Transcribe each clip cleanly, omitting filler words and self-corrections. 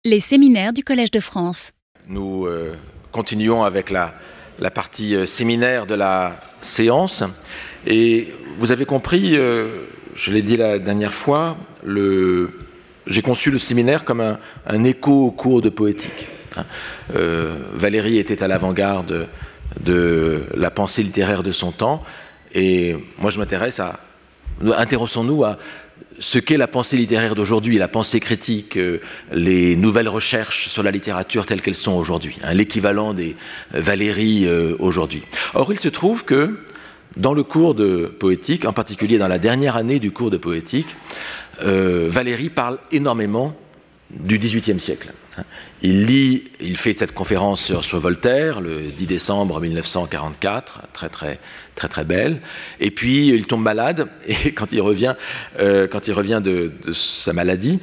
Les séminaires du Collège de France. Nous continuons avec la partie séminaire de la séance. Et vous avez compris, je l'ai dit la dernière fois, j'ai conçu le séminaire comme un écho au cours de poétique. Valéry était à l'avant-garde de la pensée littéraire de son temps. Et moi, je m'intéresse intéressons-nous à ce qu'est la pensée littéraire d'aujourd'hui, la pensée critique, les nouvelles recherches sur la littérature telles qu'elles sont aujourd'hui, l'équivalent des Valéry aujourd'hui. Or, il se trouve que dans le cours de poétique, en particulier dans la dernière année du cours de poétique, Valéry parle énormément du XVIIIe siècle. Il fait cette conférence sur Voltaire le 10 décembre 1944, très belle. Et puis il tombe malade et quand il revient de sa maladie,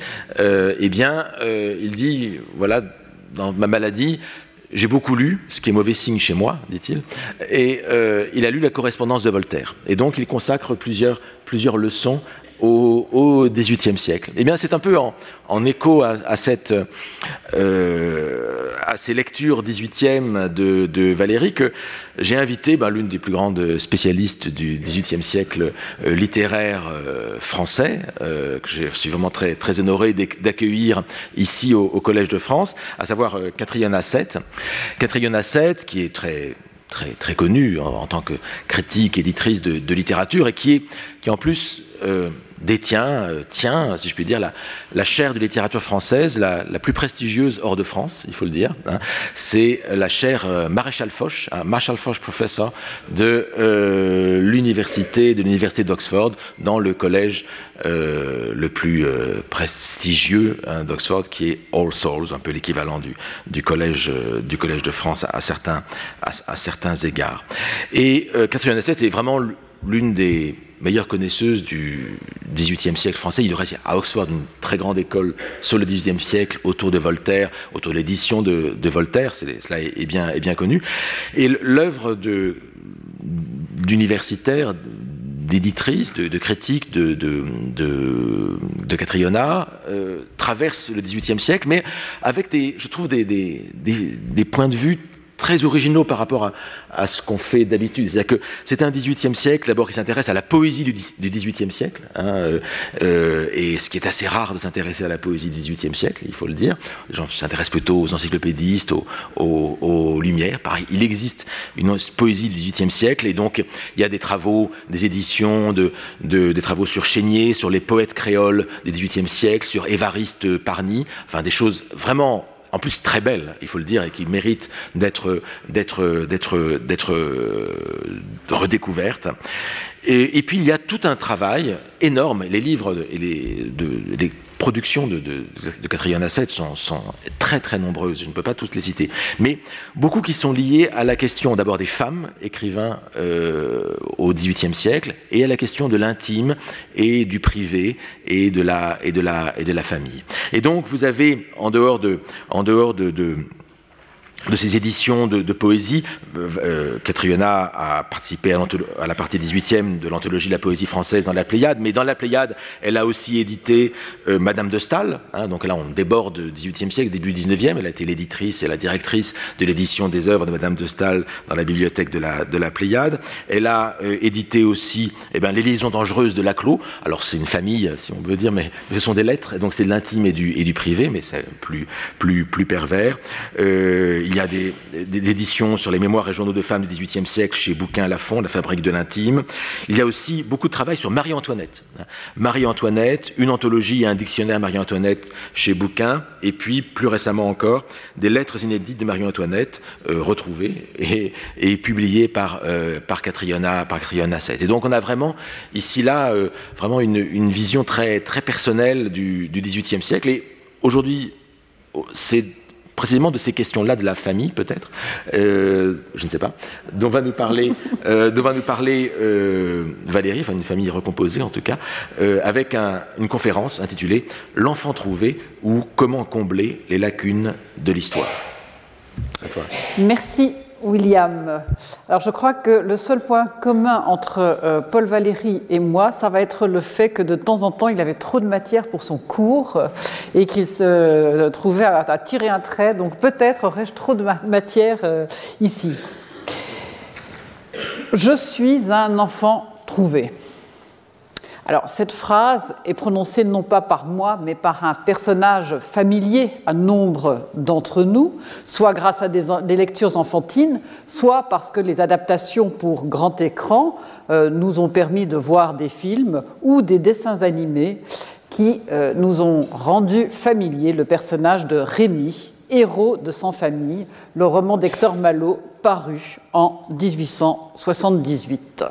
il dit voilà, dans ma maladie, j'ai beaucoup lu, ce qui est mauvais signe chez moi, dit-il, et il a lu la correspondance de Voltaire. Et donc il consacre plusieurs leçons au XVIIIe siècle. Eh bien, c'est un peu en écho à ces lectures XVIIIe de Valéry que j'ai invité l'une des plus grandes spécialistes du XVIIIe siècle littéraire français, que je suis vraiment très honoré d'accueillir ici au Collège de France, à savoir Catherine Hassett. Catherine Hassett, qui est très connue en tant que critique, éditrice de littérature, et qui en plus tient, si je puis dire, la chaire de littérature française la plus prestigieuse hors de France, il faut le dire. C'est la chaire Maréchal Foch, Marshall Foch Professor de l'université d'Oxford, dans le collège le plus prestigieux d'Oxford, qui est All Souls, un peu l'équivalent du collège de France à certains égards. Et Catherine Hassett est vraiment l'une des meilleure connaisseuse du XVIIIe siècle français. Il y aurait à Oxford une très grande école sur le XVIIIe siècle autour de Voltaire, autour de l'édition de Voltaire. Cela est bien connu. Et l'œuvre d'universitaire, d'éditrice, de critique de Catriona traverse le XVIIIe siècle, mais avec je trouve des points de vue très originaux par rapport à ce qu'on fait d'habitude. C'est-à-dire que c'est un XVIIIe siècle, d'abord, qui s'intéresse à la poésie du XVIIIe siècle, et ce qui est assez rare de s'intéresser à la poésie du XVIIIe siècle, il faut le dire. Les gens s'intéressent plutôt aux encyclopédistes, aux Lumières. Pareil, il existe une poésie du XVIIIe siècle, et donc il y a des travaux, des éditions, des travaux sur Chénier, sur les poètes créoles du XVIIIe siècle, sur Évariste Parny, enfin des choses vraiment en plus très belle, il faut le dire, et qui mérite d'être redécouverte. Et puis il y a tout un travail énorme. Les livres et les productions de Catherine Hassett sont très nombreuses. Je ne peux pas tous les citer, mais beaucoup qui sont liés à la question d'abord des femmes écrivains au XVIIIe siècle, et à la question de l'intime et du privé et de la famille. Et donc vous avez en dehors de ces éditions de poésie, Catriona a participé à la partie 18e de l'anthologie de la poésie française dans la Pléiade, mais dans la Pléiade, elle a aussi édité Madame de Staël, donc là on déborde du XVIIIe siècle, début 19e, elle a été l'éditrice et la directrice de l'édition des œuvres de Madame de Staël dans la bibliothèque de la Pléiade. Elle a édité aussi Les liaisons dangereuses de Laclos. Alors c'est une famille, si on veut dire, mais ce sont des lettres, et donc c'est de l'intime et du privé, mais c'est plus pervers. Il y a des éditions sur les mémoires et journaux de femmes du XVIIIe siècle chez Bouquin Lafon, La fabrique de l'intime. Il y a aussi beaucoup de travail sur Marie-Antoinette. Marie-Antoinette, une anthologie et un dictionnaire Marie-Antoinette chez Bouquin, et puis plus récemment encore des lettres inédites de Marie-Antoinette retrouvées et publiées par Catherine Hassett. Et donc on a vraiment ici vraiment une vision très personnelle du XVIIIe siècle. Et aujourd'hui, c'est précisément de ces questions-là, de la famille peut-être, je ne sais pas, dont va nous parler Valéry, enfin une famille recomposée en tout cas, avec une conférence intitulée « L'enfant trouvé » ou « Comment combler les lacunes de l'histoire ». À toi. Merci William. Alors je crois que le seul point commun entre Paul Valéry et moi, ça va être le fait que de temps en temps, il avait trop de matière pour son cours et qu'il se trouvait à tirer un trait. Donc peut-être aurais-je trop de matière ici. Je suis un enfant trouvé. Alors, cette phrase est prononcée non pas par moi, mais par un personnage familier à nombre d'entre nous, soit grâce à des lectures enfantines, soit parce que les adaptations pour grand écran nous ont permis de voir des films ou des dessins animés qui nous ont rendu familier le personnage de Rémi, héros de Sans famille, le roman d'Hector Malot, paru en 1878.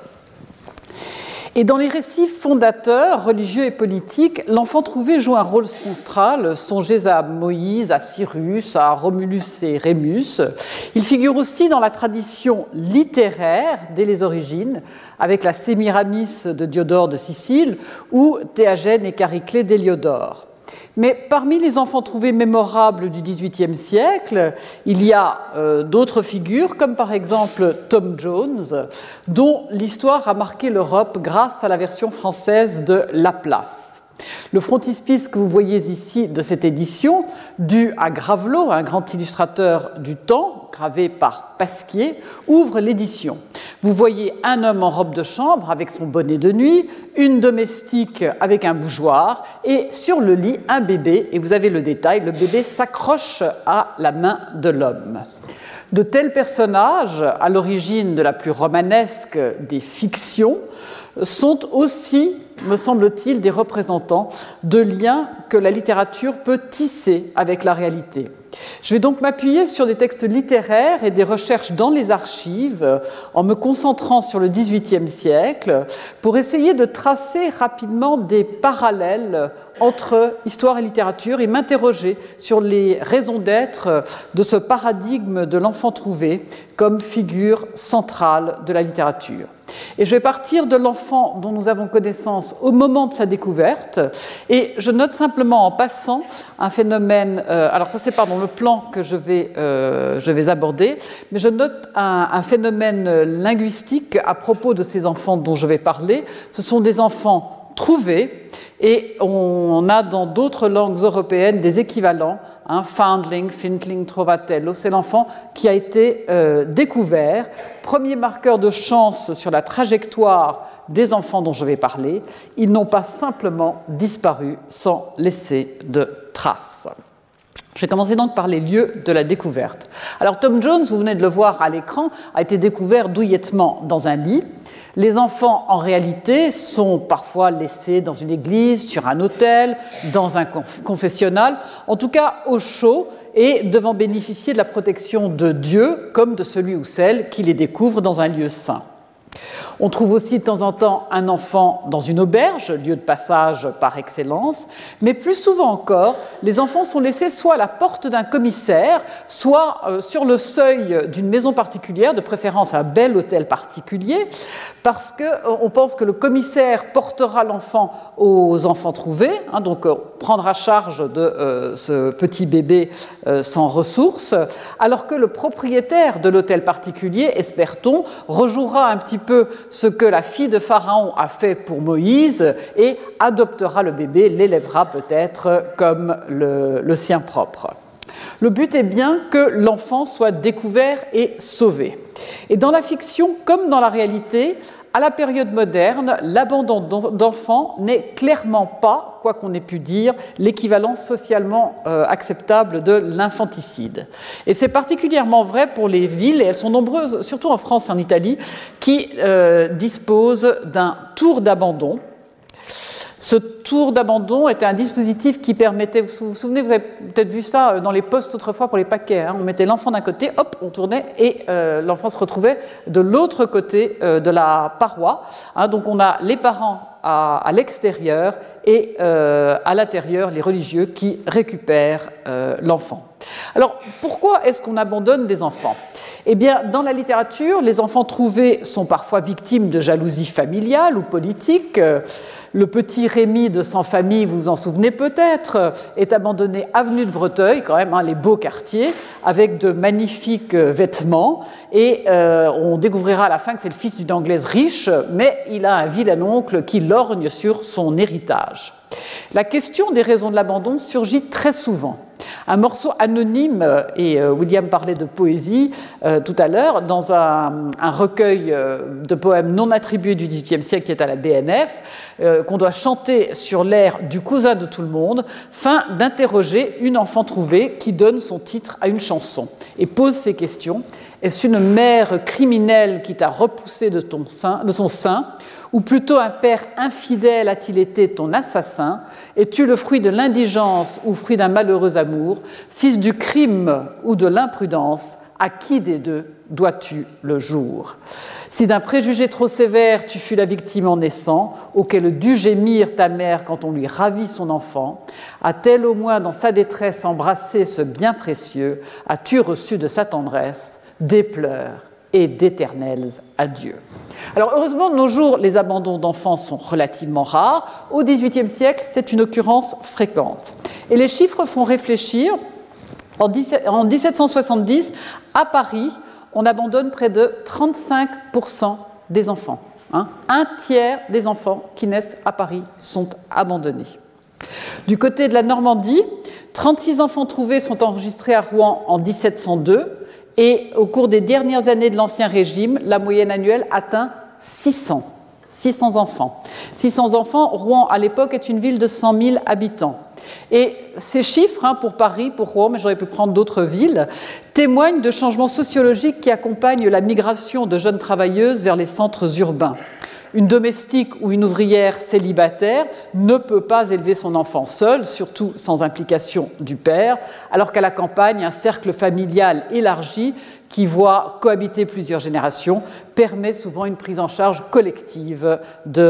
Et dans les récits fondateurs, religieux et politiques, l'enfant trouvé joue un rôle central. Songez à Moïse, à Cyrus, à Romulus et Rémus. Il figure aussi dans la tradition littéraire dès les origines, avec la Sémiramis de Diodore de Sicile ou Théagène et Chariclée d'Héliodore. Mais parmi les enfants trouvés mémorables du XVIIIe siècle, il y a d'autres figures, comme par exemple Tom Jones, dont l'histoire a marqué l'Europe grâce à la version française de Laplace. Le frontispice que vous voyez ici de cette édition, dû à Gravelot, un grand illustrateur du temps, gravé par Pasquier, ouvre l'édition. Vous voyez un homme en robe de chambre avec son bonnet de nuit, une domestique avec un bougeoir et sur le lit un bébé, et vous avez le détail, le bébé s'accroche à la main de l'homme. De tels personnages, à l'origine de la plus romanesque des fictions, sont aussi, me semble-t-il, des représentants de liens que la littérature peut tisser avec la réalité. Je vais donc m'appuyer sur des textes littéraires et des recherches dans les archives en me concentrant sur le XVIIIe siècle pour essayer de tracer rapidement des parallèles entre histoire et littérature et m'interroger sur les raisons d'être de ce paradigme de l'enfant trouvé comme figure centrale de la littérature. Et je vais partir de l'enfant dont nous avons connaissance au moment de sa découverte, et je note simplement en passant un phénomène, alors ça c'est le plan que je vais aborder, mais je note un phénomène linguistique à propos de ces enfants dont je vais parler. Ce sont des enfants trouvés, et on a dans d'autres langues européennes des équivalents, foundling, findling, trovatello, c'est l'enfant qui a été découvert, premier marqueur de chance sur la trajectoire des enfants dont je vais parler. Ils n'ont pas simplement disparu sans laisser de traces. Je vais commencer donc par les lieux de la découverte. Alors Tom Jones, vous venez de le voir à l'écran, a été découvert douillettement dans un lit. Les enfants, en réalité, sont parfois laissés dans une église, sur un autel, dans un confessionnal, en tout cas au chaud et devant bénéficier de la protection de Dieu, comme de celui ou celle qui les découvre dans un lieu saint. On trouve aussi de temps en temps un enfant dans une auberge, lieu de passage par excellence, mais plus souvent encore, les enfants sont laissés soit à la porte d'un commissaire, soit sur le seuil d'une maison particulière, de préférence un bel hôtel particulier, parce qu'on pense que le commissaire portera l'enfant aux enfants trouvés, donc prendra charge de ce petit bébé sans ressources, alors que le propriétaire de l'hôtel particulier, espère-t-on, rejouera un petit peu ce que la fille de Pharaon a fait pour Moïse et adoptera le bébé, l'élèvera peut-être comme le sien propre. Le but est bien que l'enfant soit découvert et sauvé. Et dans la fiction, comme dans la réalité, à la période moderne, l'abandon d'enfants n'est clairement pas, quoi qu'on ait pu dire, l'équivalent socialement acceptable de l'infanticide. Et c'est particulièrement vrai pour les villes, et elles sont nombreuses, surtout en France et en Italie, qui disposent d'un tour d'abandon. Ce tour d'abandon était un dispositif qui permettait, vous vous souvenez, vous avez peut-être vu ça dans les postes autrefois pour les paquets, on mettait l'enfant d'un côté, hop, on tournait et l'enfant se retrouvait de l'autre côté de la paroi. Donc on a les parents à l'extérieur et à l'intérieur les religieux qui récupèrent l'enfant. Alors pourquoi est-ce qu'on abandonne des enfants ? Eh bien, dans la littérature, les enfants trouvés sont parfois victimes de jalousie familiale ou politique. Le petit Rémi de Sans Famille, vous vous en souvenez peut-être, est abandonné avenue de Breteuil, quand même, les beaux quartiers, avec de magnifiques vêtements. Et on découvrira à la fin que c'est le fils d'une Anglaise riche, mais il a un vilain oncle qui lorgne sur son héritage. La question des raisons de l'abandon surgit très souvent. Un morceau anonyme, et William parlait de poésie tout à l'heure, dans un recueil de poèmes non attribués du XVIIIe siècle qui est à la BNF, qu'on doit chanter sur l'air du cousin de tout le monde, fin d'interroger une enfant trouvée qui donne son titre à une chanson et pose ces questions. Est-ce une mère criminelle qui t'a repoussé de son sein, ou plutôt un père infidèle a-t-il été ton assassin? Es-tu le fruit de l'indigence ou fruit d'un malheureux amour? Fils du crime ou de l'imprudence? À qui des deux dois-tu le jour? Si d'un préjugé trop sévère tu fus la victime en naissant, auquel dut gémir ta mère quand on lui ravit son enfant, a-t-elle au moins dans sa détresse embrassé ce bien précieux? As-tu reçu de sa tendresse des pleurs et d'éternels adieux? Alors heureusement, de nos jours, les abandons d'enfants sont relativement rares. Au XVIIIe siècle, c'est une occurrence fréquente. Et les chiffres font réfléchir. En 1770, à Paris, on abandonne près de 35% des enfants. Un tiers des enfants qui naissent à Paris sont abandonnés. Du côté de la Normandie, 36 enfants trouvés sont enregistrés à Rouen en 1702. Et au cours des dernières années de l'Ancien Régime, la moyenne annuelle atteint 600 enfants. 600 enfants, Rouen à l'époque est une ville de 100 000 habitants. Et ces chiffres, pour Paris, pour Rouen, mais j'aurais pu prendre d'autres villes, témoignent de changements sociologiques qui accompagnent la migration de jeunes travailleuses vers les centres urbains. Une domestique ou une ouvrière célibataire ne peut pas élever son enfant seule, surtout sans implication du père, alors qu'à la campagne, un cercle familial élargi qui voit cohabiter plusieurs générations permet souvent une prise en charge collective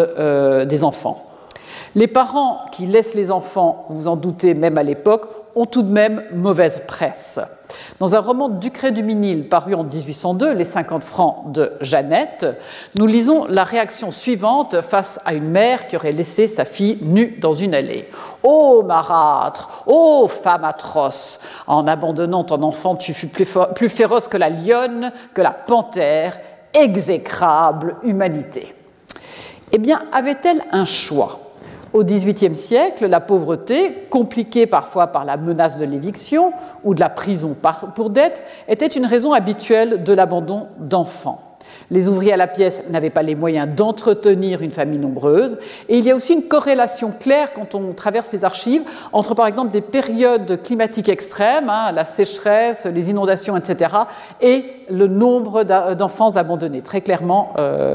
des enfants. Les parents qui laissent les enfants, vous vous en doutez même à l'époque, ont tout de même mauvaise presse. Dans un roman de Ducray-Duminil paru en 1802, Les 50 francs de Jeannette, nous lisons la réaction suivante face à une mère qui aurait laissé sa fille nue dans une allée. « Ô marâtre, ô femme atroce, en abandonnant ton enfant, tu fus plus féroce que la lionne, que la panthère, exécrable humanité. » Eh bien, avait-elle un choix ? Au XVIIIe siècle, la pauvreté, compliquée parfois par la menace de l'éviction ou de la prison pour dette, était une raison habituelle de l'abandon d'enfants. Les ouvriers à la pièce n'avaient pas les moyens d'entretenir une famille nombreuse. Et il y a aussi une corrélation claire, quand on traverse les archives, entre par exemple des périodes climatiques extrêmes, la sécheresse, les inondations, etc., et le nombre d'enfants abandonnés. Très clairement,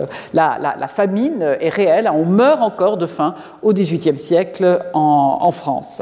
la famine est réelle. On meurt encore de faim au XVIIIe siècle en France.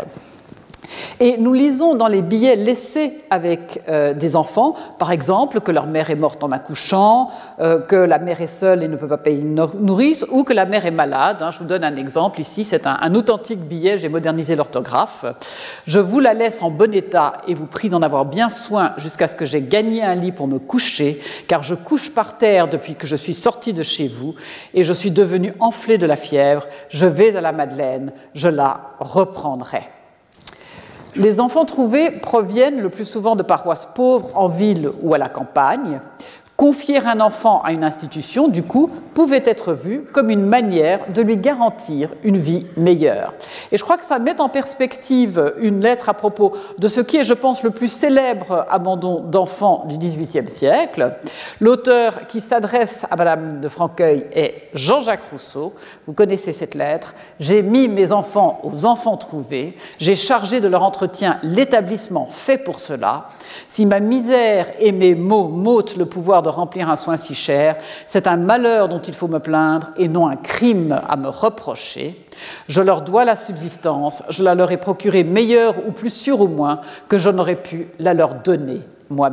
Et nous lisons dans les billets laissés avec des enfants, par exemple, que leur mère est morte en accouchant, que la mère est seule et ne peut pas payer une nourrice, ou que la mère est malade. Je vous donne un exemple ici, c'est un authentique billet, j'ai modernisé l'orthographe. « Je vous la laisse en bon état et vous prie d'en avoir bien soin jusqu'à ce que j'aie gagné un lit pour me coucher, car je couche par terre depuis que je suis sortie de chez vous et je suis devenue enflée de la fièvre. Je vais à la Madeleine, je la reprendrai. » Les enfants trouvés proviennent le plus souvent de paroisses pauvres en ville ou à la campagne. Confier un enfant à une institution, du coup, pouvait être vu comme une manière de lui garantir une vie meilleure. Et je crois que ça met en perspective une lettre à propos de ce qui est, je pense, le plus célèbre abandon d'enfants du XVIIIe siècle. L'auteur qui s'adresse à Madame de Franqueuil est Jean-Jacques Rousseau. Vous connaissez cette lettre. « J'ai mis mes enfants aux enfants trouvés. J'ai chargé de leur entretien l'établissement fait pour cela. Si ma misère et mes maux m'ôtent le pouvoir de remplir un soin si cher, c'est un malheur dont il faut me plaindre et non un crime à me reprocher. Je leur dois la subsistance, je la leur ai procurée meilleure ou plus sûre au moins que je n'aurais pu la leur donner moi-même. »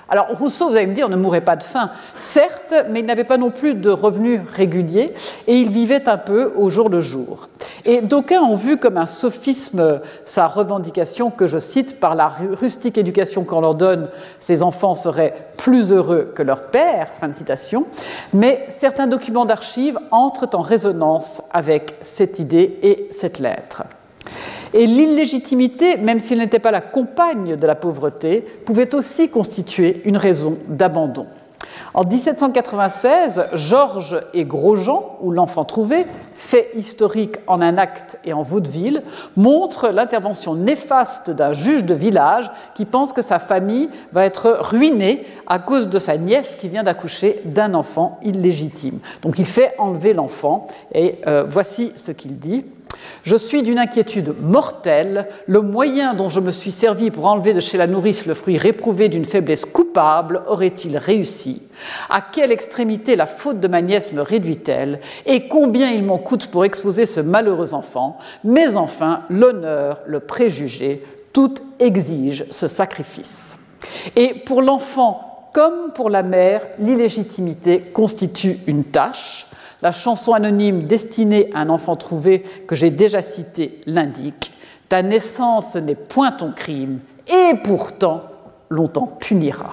Alors Rousseau, vous allez me dire, ne mourait pas de faim, certes, mais il n'avait pas non plus de revenus réguliers et il vivait un peu au jour le jour. Et d'aucuns ont vu comme un sophisme sa revendication que je cite, par la rustique éducation qu'on leur donne, ces enfants seraient plus heureux que leur père, fin de citation, mais certains documents d'archives entrent en résonance avec cette idée et cette lettre. Et l'illégitimité, même s'il n'était pas la compagne de la pauvreté, pouvait aussi constituer une raison d'abandon. En 1796, Georges et Grosjean, ou l'enfant trouvé, fait historique en un acte et en vaudeville, montre l'intervention néfaste d'un juge de village qui pense que sa famille va être ruinée à cause de sa nièce qui vient d'accoucher d'un enfant illégitime. Donc il fait enlever l'enfant et voici ce qu'il dit. « Je suis d'une inquiétude mortelle. Le moyen dont je me suis servi pour enlever de chez la nourrice le fruit réprouvé d'une faiblesse coupable aurait-il réussi? À quelle extrémité la faute de ma nièce me réduit-elle? Et combien il m'en coûte pour exposer ce malheureux enfant? Mais enfin, l'honneur, le préjugé, tout exige ce sacrifice. » Et pour l'enfant comme pour la mère, l'illégitimité constitue une tâche. La chanson anonyme destinée à un enfant trouvé que j'ai déjà citée l'indique. Ta naissance n'est point ton crime, et pourtant l'on t'en punira.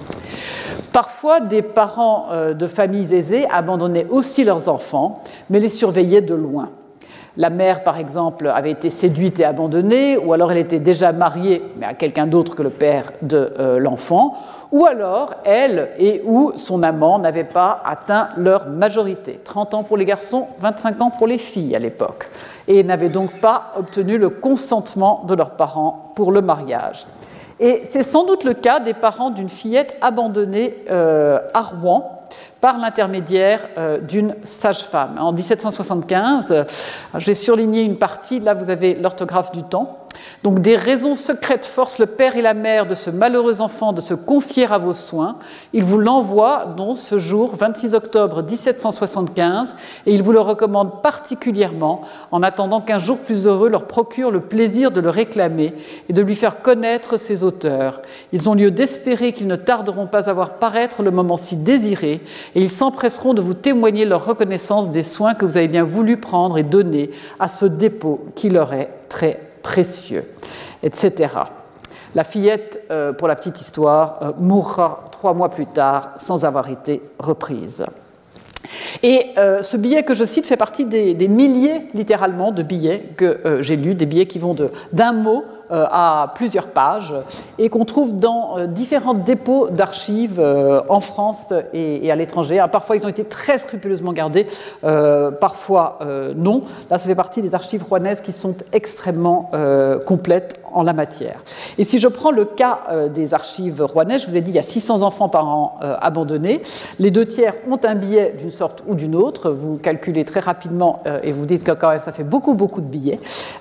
Parfois, des parents de familles aisées abandonnaient aussi leurs enfants, mais les surveillaient de loin. La mère, par exemple, avait été séduite et abandonnée, ou alors elle était déjà mariée, mais à quelqu'un d'autre que le père de l'enfant, ou alors elle et ou son amant n'avaient pas atteint leur majorité. 30 ans pour les garçons, 25 ans pour les filles à l'époque, et n'avaient donc pas obtenu le consentement de leurs parents pour le mariage. Et c'est sans doute le cas des parents d'une fillette abandonnée à Rouen, par l'intermédiaire d'une sage-femme. En 1775, j'ai surligné une partie, là vous avez l'orthographe du temps. Donc des raisons secrètes forcent le père et la mère de ce malheureux enfant de se confier à vos soins. Il vous l'envoie donc ce jour, 26 octobre 1775, et il vous le recommande particulièrement en attendant qu'un jour plus heureux leur procure le plaisir de le réclamer et de lui faire connaître ses auteurs. Ils ont lieu d'espérer qu'ils ne tarderont pas à voir paraître le moment si désiré, et ils s'empresseront de vous témoigner leur reconnaissance des soins que vous avez bien voulu prendre et donner à ce dépôt qui leur est très précieux, etc. La fillette, pour la petite histoire, mourra 3 mois plus tard sans avoir été reprise. Et ce billet que je cite fait partie des milliers, littéralement, de billets que j'ai lus, des billets qui vont d'un mot à plusieurs pages et qu'on trouve dans différents dépôts d'archives en France et à l'étranger. Parfois, ils ont été très scrupuleusement gardés, parfois non. Là, ça fait partie des archives rouennaises qui sont extrêmement complètes en la matière. Et si je prends le cas des archives rouennaises, je vous ai dit il y a 600 enfants par an abandonnés. Les 2/3 ont un billet d'une sorte ou d'une autre. Vous calculez très rapidement et vous dites que quand même ça fait beaucoup de billets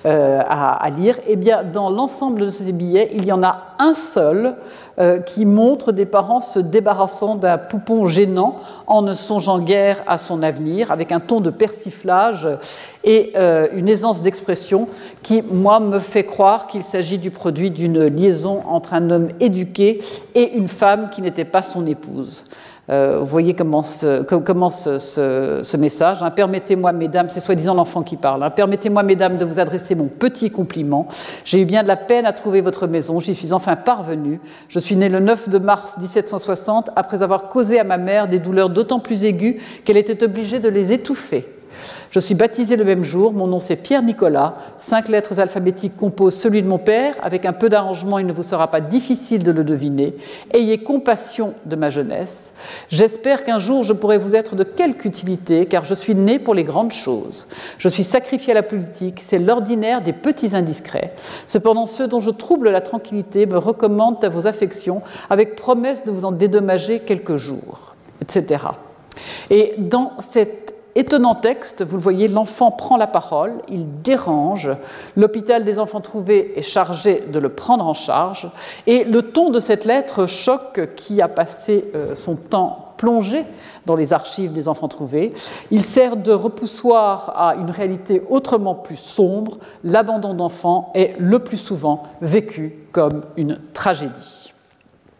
à lire. Eh bien, dans l'ensemble de ces billets, il y en a un seul qui montre des parents se débarrassant d'un poupon gênant en ne songeant guère à son avenir, avec un ton de persiflage et une aisance d'expression qui, moi, me fait croire qu'il s'agit du produit d'une liaison entre un homme éduqué et une femme qui n'était pas son épouse. Vous voyez comment ce message. Permettez-moi, mesdames, c'est soi-disant l'enfant qui parle. Permettez-moi, mesdames, de vous adresser mon petit compliment. J'ai eu bien de la peine à trouver votre maison. J'y suis enfin parvenue. Je suis née le 9 de mars 1760, après avoir causé à ma mère des douleurs d'autant plus aiguës qu'elle était obligée de les étouffer. Je suis baptisée le même jour, mon nom c'est Pierre-Nicolas, 5 lettres alphabétiques composent celui de mon père, avec un peu d'arrangement il ne vous sera pas difficile de le deviner. Ayez compassion de ma jeunesse. J'espère qu'un jour je pourrai vous être de quelque utilité, car je suis née pour les grandes choses. Je suis sacrifiée à la politique, c'est l'ordinaire des petits indiscrets. Cependant ceux dont je trouble la tranquillité me recommandent à vos affections, avec promesse de vous en dédommager quelques jours, etc. Et dans cet étonnant texte, vous le voyez, l'enfant prend la parole, il dérange, l'hôpital des enfants trouvés est chargé de le prendre en charge, et le ton de cette lettre choque qui a passé son temps plongé dans les archives des enfants trouvés. Il sert de repoussoir à une réalité autrement plus sombre. L'abandon d'enfants est le plus souvent vécu comme une tragédie.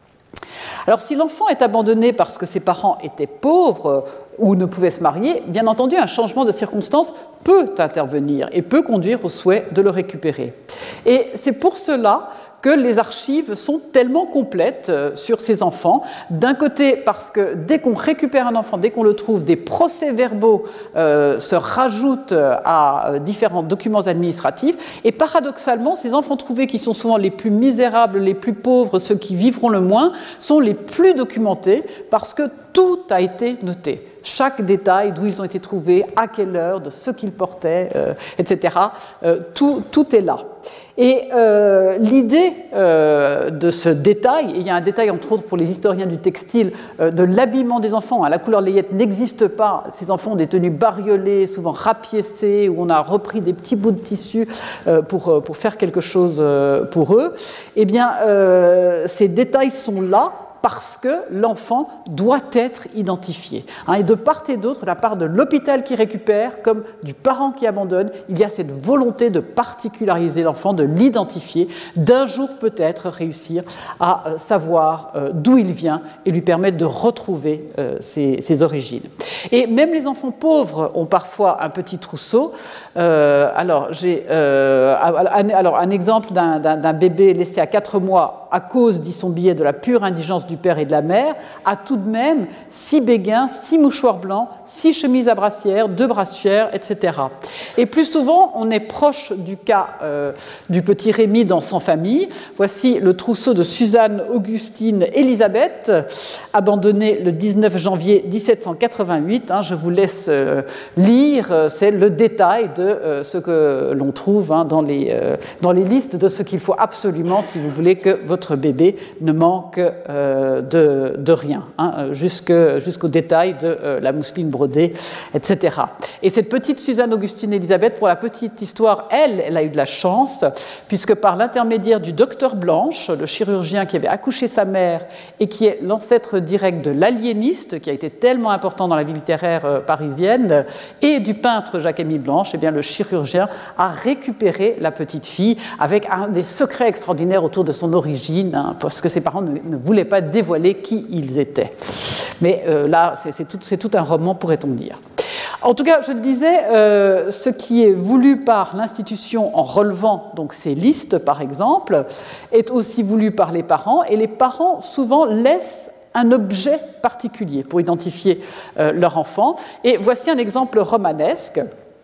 Alors si l'enfant est abandonné parce que ses parents étaient pauvres ou ne pouvaient se marier, bien entendu un changement de circonstances peut intervenir et peut conduire au souhait de le récupérer. Et c'est pour cela que les archives sont tellement complètes sur ces enfants. D'un côté, parce que dès qu'on récupère un enfant, dès qu'on le trouve, des procès-verbaux se rajoutent à différents documents administratifs. Et paradoxalement, ces enfants trouvés, qui sont souvent les plus misérables, les plus pauvres, ceux qui vivront le moins, sont les plus documentés parce que tout a été noté. Chaque détail, d'où ils ont été trouvés, à quelle heure, de ce qu'ils portaient, etc. Tout est là. Et l'idée de ce détail, et il y a un détail entre autres pour les historiens du textile, de l'habillement des enfants, la couleur layette n'existe pas, ces enfants ont des tenues bariolées, souvent rapiécées, où on a repris des petits bouts de tissu pour faire quelque chose pour eux, eh bien ces détails sont là parce que l'enfant doit être identifié. Et de part et d'autre, de la part de l'hôpital qui récupère, comme du parent qui abandonne, il y a cette volonté de particulariser l'enfant, de l'identifier, d'un jour peut-être réussir à savoir d'où il vient et lui permettre de retrouver ses origines. Et même les enfants pauvres ont parfois un petit trousseau. Alors, un exemple d'un bébé laissé à 4 mois à cause, dit son billet, de la pure indigence du père et de la mère, a tout de même 6 béguins, 6 mouchoirs blancs, 6 chemises à brassière, 2 brassières, etc. Et plus souvent, on est proche du cas du petit Rémi dans Sans famille. Voici le trousseau de Suzanne Augustine Élisabeth, abandonné le 19 janvier 1788. Je vous laisse lire, c'est le détail de ce que l'on trouve dans les listes de ce qu'il faut absolument si vous voulez que votre bébé ne manque de rien, jusqu'au détail de la mousseline brodée, etc. Et cette petite Suzanne Augustine Élisabeth, pour la petite histoire, elle a eu de la chance, puisque par l'intermédiaire du docteur Blanche, le chirurgien qui avait accouché sa mère et qui est l'ancêtre direct de l'aliéniste, qui a été tellement important dans la vie littéraire parisienne, et du peintre Jacques-Émile Blanche, eh bien, le chirurgien a récupéré la petite fille avec des secrets extraordinaires autour de son origine, parce que ses parents ne voulaient pas dévoiler qui ils étaient. Mais là, c'est tout un roman, pourrait-on dire. En tout cas, je le disais, ce qui est voulu par l'institution en relevant donc ces listes, par exemple, est aussi voulu par les parents, et les parents souvent laissent un objet particulier pour identifier leur enfant. Et voici un exemple romanesque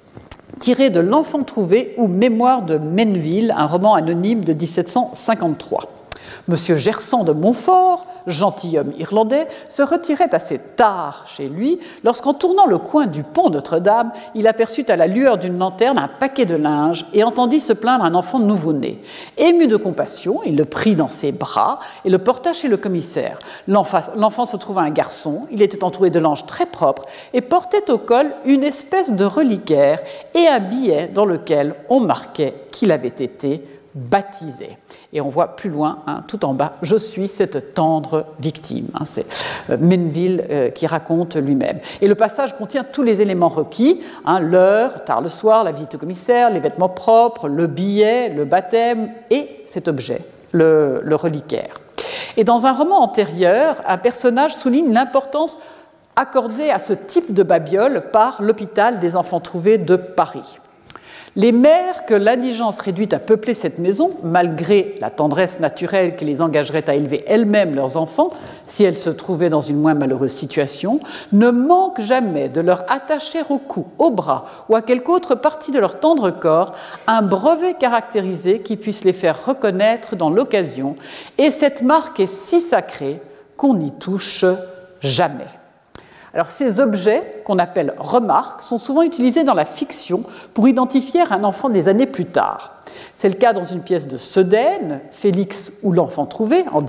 tiré de L'Enfant trouvé ou Mémoires de Menneville, un roman anonyme de 1753. Monsieur Gerson de Montfort, gentilhomme irlandais, se retirait assez tard chez lui lorsqu'en tournant le coin du pont Notre-Dame, il aperçut à la lueur d'une lanterne un paquet de linge et entendit se plaindre un enfant nouveau-né. Ému de compassion, il le prit dans ses bras et le porta chez le commissaire. L'enfant se trouva un garçon, il était entouré de linge très propre et portait au col une espèce de reliquaire et un billet dans lequel on marquait qu'il avait été baptisé. Et on voit plus loin, tout en bas, « Je suis cette tendre victime ». C'est Menneville qui raconte lui-même. Et le passage contient tous les éléments requis, l'heure, tard le soir, la visite au commissaire, les vêtements propres, le billet, le baptême et cet objet, le reliquaire. Et dans un roman antérieur, un personnage souligne l'importance accordée à ce type de babiole par l'hôpital des enfants trouvés de Paris. Les mères que l'indigence réduit à peupler cette maison, malgré la tendresse naturelle qui les engagerait à élever elles-mêmes leurs enfants, si elles se trouvaient dans une moins malheureuse situation, ne manquent jamais de leur attacher au cou, au bras ou à quelque autre partie de leur tendre corps un brevet caractérisé qui puisse les faire reconnaître dans l'occasion, et cette marque est si sacrée qu'on n'y touche jamais. Alors, ces objets, qu'on appelle remarques, sont souvent utilisés dans la fiction pour identifier un enfant des années plus tard. C'est le cas dans une pièce de Sedaine, Félix ou l'enfant trouvé, en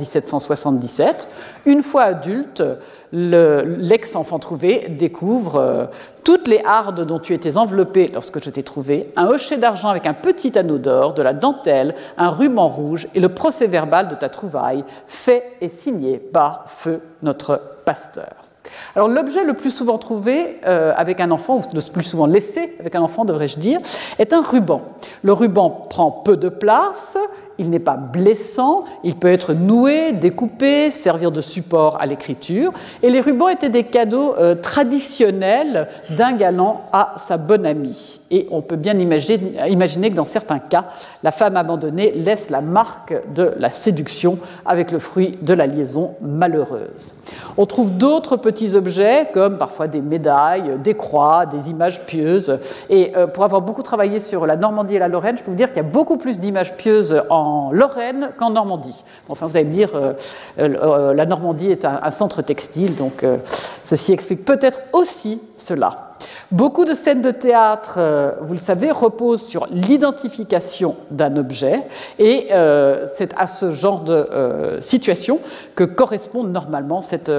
1777. Une fois adulte, l'ex-enfant trouvé découvre toutes les hardes dont tu étais enveloppé lorsque je t'ai trouvé, un hochet d'argent avec un petit anneau d'or, de la dentelle, un ruban rouge et le procès-verbal de ta trouvaille, fait et signé par Feu, notre pasteur. Alors, l'objet le plus souvent trouvé avec un enfant, ou le plus souvent laissé avec un enfant, devrais-je dire, est un ruban. Le ruban prend peu de place il n'est pas blessant, il peut être noué, découpé, servir de support à l'écriture. Et les rubans étaient des cadeaux traditionnels d'un galant à sa bonne amie. Et on peut bien imaginer que dans certains cas, la femme abandonnée laisse la marque de la séduction avec le fruit de la liaison malheureuse. On trouve d'autres petits objets, comme parfois des médailles, des croix, des images pieuses. Et pour avoir beaucoup travaillé sur la Normandie et la Lorraine, je peux vous dire qu'il y a beaucoup plus d'images pieuses en Lorraine qu'en Normandie. Enfin, vous allez me dire, la Normandie est un centre textile, donc ceci explique peut-être aussi cela. Beaucoup de scènes de théâtre, vous le savez, reposent sur l'identification d'un objet et c'est à ce genre de situation que correspond normalement cette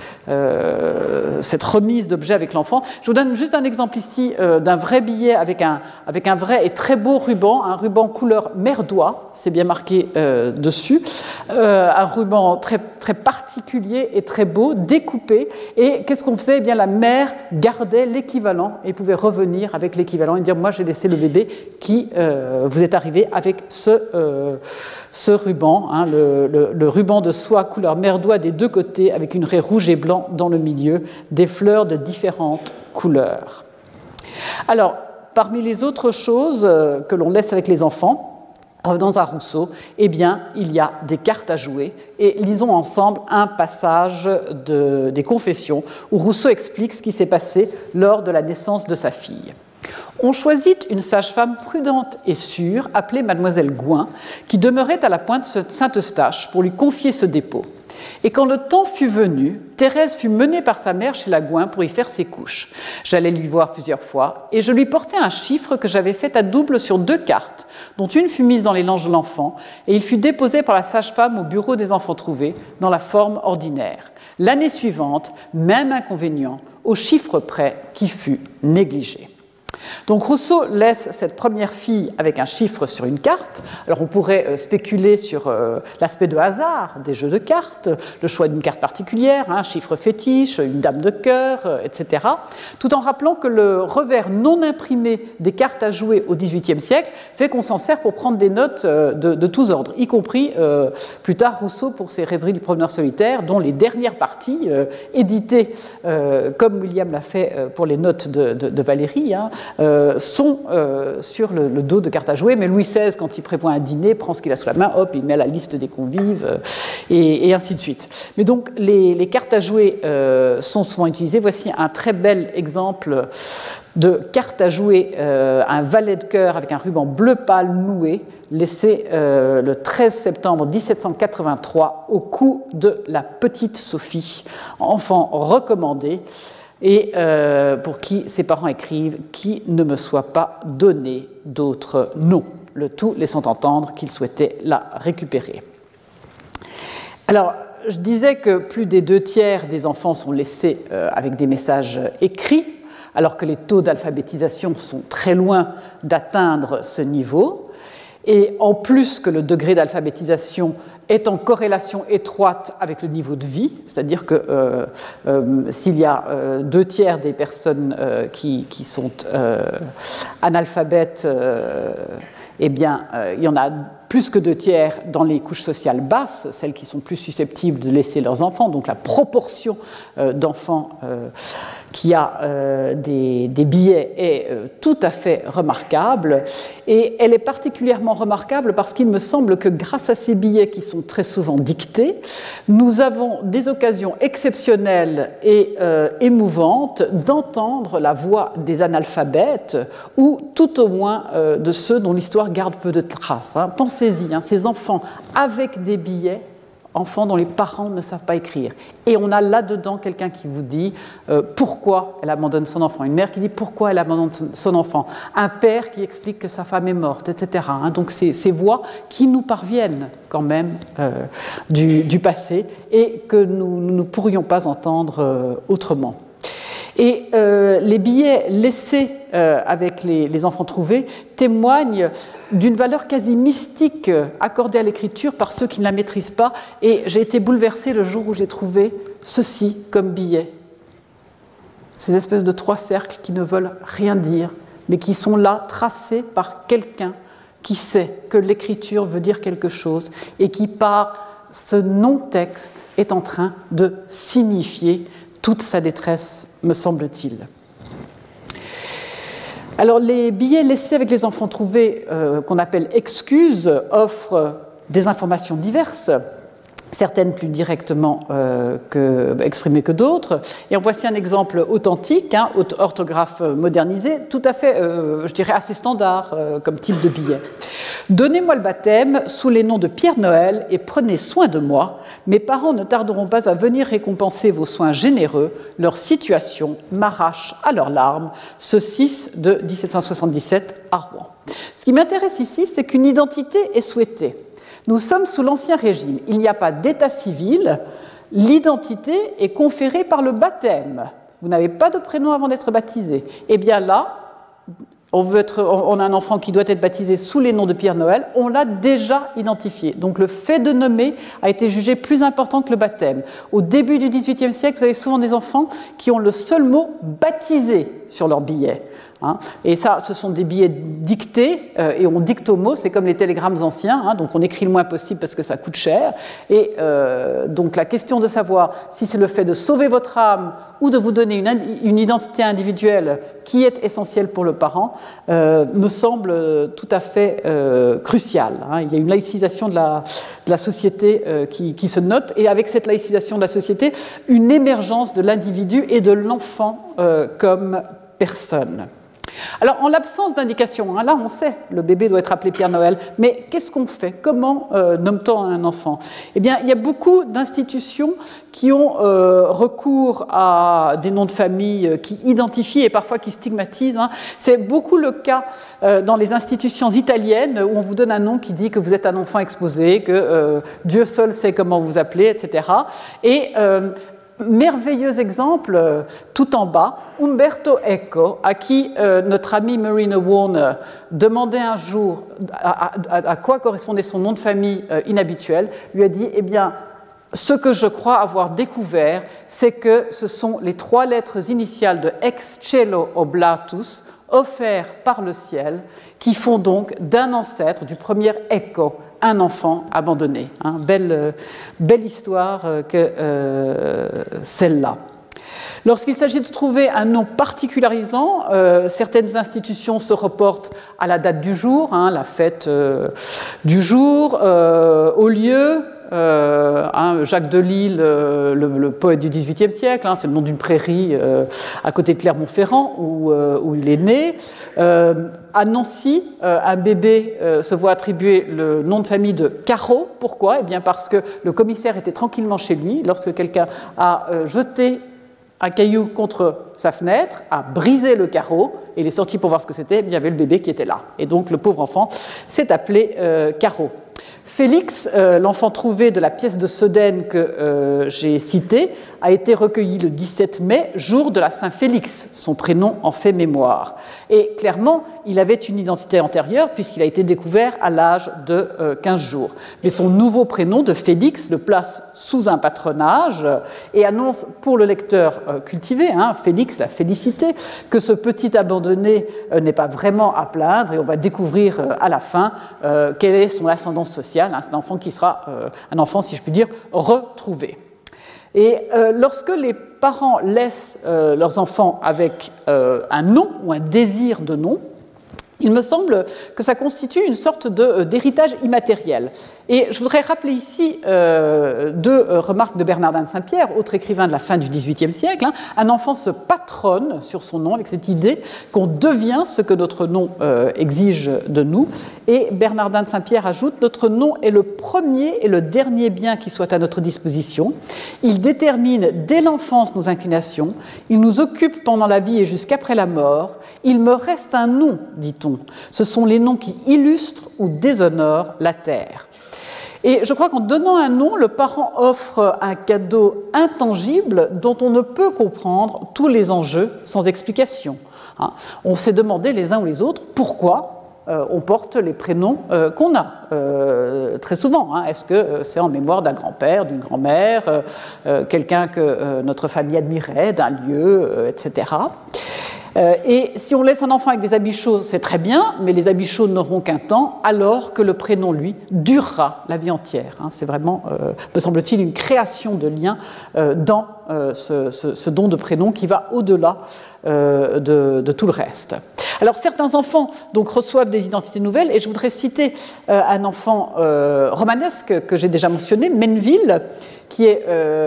remise d'objets avec l'enfant. Je vous donne juste un exemple ici d'un vrai billet avec un vrai et très beau ruban, un ruban couleur merdois, c'est bien marqué dessus, un ruban très, très particulier et très beau, découpé. Et qu'est-ce qu'on faisait ? Eh bien, la mère gardait l'équivalent et pouvait revenir avec l'équivalent et dire « moi j'ai laissé le bébé qui vous est arrivé avec ce ruban, hein, le ruban de soie couleur merdois des deux côtés avec une raie rouge et blanc dans le milieu, des fleurs de différentes couleurs ». Alors, parmi les autres choses que l'on laisse avec les enfants, revenons à Rousseau, eh bien, il y a des cartes à jouer et lisons ensemble un passage des Confessions où Rousseau explique ce qui s'est passé lors de la naissance de sa fille. On choisit une sage-femme prudente et sûre, appelée mademoiselle Gouin, qui demeurait à la pointe Saint-Eustache pour lui confier ce dépôt. Et quand le temps fut venu, Thérèse fut menée par sa mère chez la Gouin pour y faire ses couches. J'allais lui voir plusieurs fois, et je lui portai un chiffre que j'avais fait à double sur 2 cartes, dont une fut mise dans les langes de l'enfant, et il fut déposé par la sage-femme au bureau des enfants trouvés, dans la forme ordinaire. L'année suivante, même inconvénient, au chiffre près qui fut négligé. Donc Rousseau laisse cette première fille avec un chiffre sur une carte. Alors on pourrait spéculer sur l'aspect de hasard des jeux de cartes, le choix d'une carte particulière, un chiffre fétiche, une dame de cœur, etc. Tout en rappelant que le revers non imprimé des cartes à jouer au XVIIIe siècle fait qu'on s'en sert pour prendre des notes de tous ordres, y compris plus tard Rousseau pour ses rêveries du promeneur solitaire, dont les dernières parties, éditées comme William l'a fait pour les notes de Valérie, sont sur le dos de cartes à jouer, mais Louis XVI, quand il prévoit un dîner, prend ce qu'il a sous la main, hop, il met la liste des convives, et ainsi de suite. Mais donc, les cartes à jouer sont souvent utilisées. Voici un très bel exemple de carte à jouer, un valet de cœur avec un ruban bleu pâle noué, laissé le 13 septembre 1783 au cou de la petite Sophie, enfant recommandé, et pour qui ses parents écrivent « qui ne me soit pas donné d'autre nom », le tout laissant entendre qu'ils souhaitaient la récupérer. Alors, je disais que plus des 2/3 des enfants sont laissés avec des messages écrits, alors que les taux d'alphabétisation sont très loin d'atteindre ce niveau. Et en plus que le degré d'alphabétisation est en corrélation étroite avec le niveau de vie, c'est-à-dire que s'il y a 2/3 des personnes qui sont analphabètes, eh bien, il y en a plus que 2/3 dans les couches sociales basses, celles qui sont plus susceptibles de laisser leurs enfants, donc la proportion d'enfants qui a des billets est tout à fait remarquable, et elle est particulièrement remarquable parce qu'il me semble que grâce à ces billets qui sont très souvent dictés, nous avons des occasions exceptionnelles et émouvantes d'entendre la voix des analphabètes ou tout au moins de ceux dont l'histoire garde peu de traces. Pensez-y, ces enfants avec des billets, enfants dont les parents ne savent pas écrire. Et on a là-dedans quelqu'un qui vous dit pourquoi elle abandonne son enfant, une mère qui dit pourquoi elle abandonne son enfant, un père qui explique que sa femme est morte, etc. Donc ces voix qui nous parviennent quand même du passé et que nous ne pourrions pas entendre autrement. Et les billets laissés avec les enfants trouvés témoignent d'une valeur quasi mystique accordée à l'écriture par ceux qui ne la maîtrisent pas. Et j'ai été bouleversée le jour où j'ai trouvé ceci comme billet. Ces espèces de 3 cercles qui ne veulent rien dire, mais qui sont là, tracés par quelqu'un qui sait que l'écriture veut dire quelque chose et qui, par ce non-texte, est en train de signifier toute sa détresse, me semble-t-il. Alors, les billets laissés avec les enfants trouvés, qu'on appelle excuses, offrent des informations diverses, certaines plus directement exprimées que d'autres. Et en voici un exemple authentique, orthographe modernisée, tout à fait, je dirais, assez standard comme type de billet. « Donnez-moi le baptême sous les noms de Pierre Noël et prenez soin de moi. Mes parents ne tarderont pas à venir récompenser vos soins généreux. Leur situation m'arrache à leurs larmes. » Ce 6 de 1777 à Rouen. Ce qui m'intéresse ici, c'est qu'une identité est souhaitée. Nous sommes sous l'Ancien Régime. Il n'y a pas d'état civil. L'identité est conférée par le baptême. Vous n'avez pas de prénom avant d'être baptisé. Eh bien là, on a un enfant qui doit être baptisé sous les noms de Pierre Noël, on l'a déjà identifié. Donc le fait de nommer a été jugé plus important que le baptême. Au début du XVIIIe siècle, vous avez souvent des enfants qui ont le seul mot « baptisé » sur leur billet. Et ça, ce sont des billets dictés, et on dicte au mot, c'est comme les télégrammes anciens, donc on écrit le moins possible parce que ça coûte cher. Et donc la question de savoir si c'est le fait de sauver votre âme ou de vous donner une identité individuelle qui est essentielle pour le parent, me semble tout à fait cruciale. Il y a une laïcisation de la société qui se note, et avec cette laïcisation de la société, une émergence de l'individu et de l'enfant comme personne. Alors, en l'absence d'indication, là on sait, le bébé doit être appelé Pierre Noël, mais qu'est-ce qu'on fait? Comment nomme-t-on un enfant? Eh bien, il y a beaucoup d'institutions qui ont recours à des noms de famille qui identifient et parfois qui stigmatisent. C'est beaucoup le cas dans les institutions italiennes où on vous donne un nom qui dit que vous êtes un enfant exposé, que Dieu seul sait comment vous appelez, etc. Et merveilleux exemple, tout en bas, Umberto Eco, à qui notre ami Marina Warner demandait un jour à quoi correspondait son nom de famille inhabituel, lui a dit, eh bien, ce que je crois avoir découvert, c'est que ce sont les 3 lettres initiales de Ex Cielo Oblatus, offerts par le ciel, qui font donc d'un ancêtre, du premier Eco, un enfant abandonné. Belle histoire que celle-là. Lorsqu'il s'agit de trouver un nom particularisant, certaines institutions se reportent à la date du jour, la fête du jour, au lieu. Jacques Delisle, le poète du XVIIIe siècle, c'est le nom d'une prairie à côté de Clermont-Ferrand où il est né. À Nancy, un bébé se voit attribuer le nom de famille de Carreau. Pourquoi? Eh bien parce que le commissaire était tranquillement chez lui lorsque quelqu'un a jeté un caillou contre sa fenêtre, a brisé le carreau, et il est sorti pour voir ce que c'était, il y avait le bébé qui était là. Et donc le pauvre enfant s'est appelé Carreau. Félix, l'enfant trouvé de la pièce de Sedaine que j'ai citée, a été recueilli le 17 mai, jour de la Saint-Félix. Son prénom en fait mémoire. Et clairement, il avait une identité antérieure puisqu'il a été découvert à l'âge de 15 jours. Mais son nouveau prénom de Félix le place sous un patronage et annonce pour le lecteur cultivé, Félix, la félicité, que ce petit abandonné n'est pas vraiment à plaindre, et on va découvrir à la fin quelle est son ascendance sociale. C'est un enfant qui sera un enfant, si je puis dire, retrouvé. Et lorsque les parents laissent leurs enfants avec un nom ou un désir de nom, il me semble que ça constitue une sorte d'héritage immatériel. Et je voudrais rappeler ici 2 remarques de Bernardin de Saint-Pierre, autre écrivain de la fin du XVIIIe siècle. Un enfant se patronne sur son nom avec cette idée qu'on devient ce que notre nom exige de nous. Et Bernardin de Saint-Pierre ajoute « Notre nom est le premier et le dernier bien qui soit à notre disposition. Il détermine dès l'enfance nos inclinations. Il nous occupe pendant la vie et jusqu'après la mort. Il me reste un nom, dit-on. Ce sont les noms qui illustrent ou déshonorent la terre. » Et je crois qu'en donnant un nom, le parent offre un cadeau intangible dont on ne peut comprendre tous les enjeux sans explication. On s'est demandé les uns ou les autres pourquoi on porte les prénoms qu'on a très souvent. Est-ce que c'est en mémoire d'un grand-père, d'une grand-mère, quelqu'un que notre famille admirait, d'un lieu, etc. Et si on laisse un enfant avec des habits chauds, c'est très bien, mais les habits chauds n'auront qu'un temps, alors que le prénom, lui, durera la vie entière. C'est vraiment, me semble-t-il, une création de lien dans ce don de prénom qui va au-delà de tout le reste. Alors certains enfants donc, reçoivent des identités nouvelles, et je voudrais citer un enfant romanesque que j'ai déjà mentionné, Menville, qui est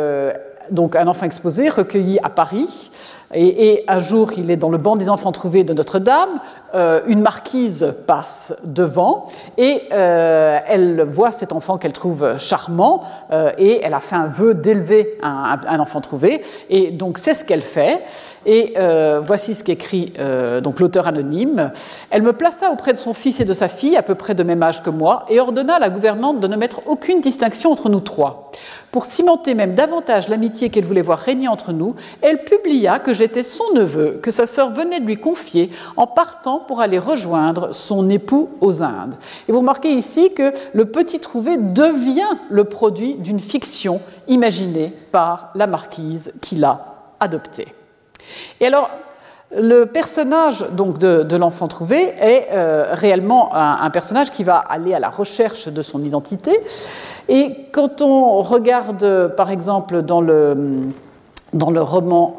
donc un enfant exposé, recueilli à Paris. Et un jour, il est dans le banc des enfants trouvés de Notre-Dame. Une marquise passe devant et elle voit cet enfant qu'elle trouve charmant et elle a fait un vœu d'élever un enfant trouvé. Et donc, c'est ce qu'elle fait. Et voici ce qu'écrit donc l'auteur anonyme. Elle me plaça auprès de son fils et de sa fille, à peu près de même âge que moi, et ordonna à la gouvernante de ne mettre aucune distinction entre nous trois. Pour cimenter même davantage l'amitié qu'elle voulait voir régner entre nous, elle publia que j'étais son neveu, que sa sœur venait de lui confier en partant pour aller rejoindre son époux aux Indes. Et vous remarquez ici que le petit trouvé devient le produit d'une fiction imaginée par la marquise qui l'a adopté. Et alors, le personnage donc, de l'enfant trouvé est réellement un personnage qui va aller à la recherche de son identité. Et quand on regarde, par exemple, dans le roman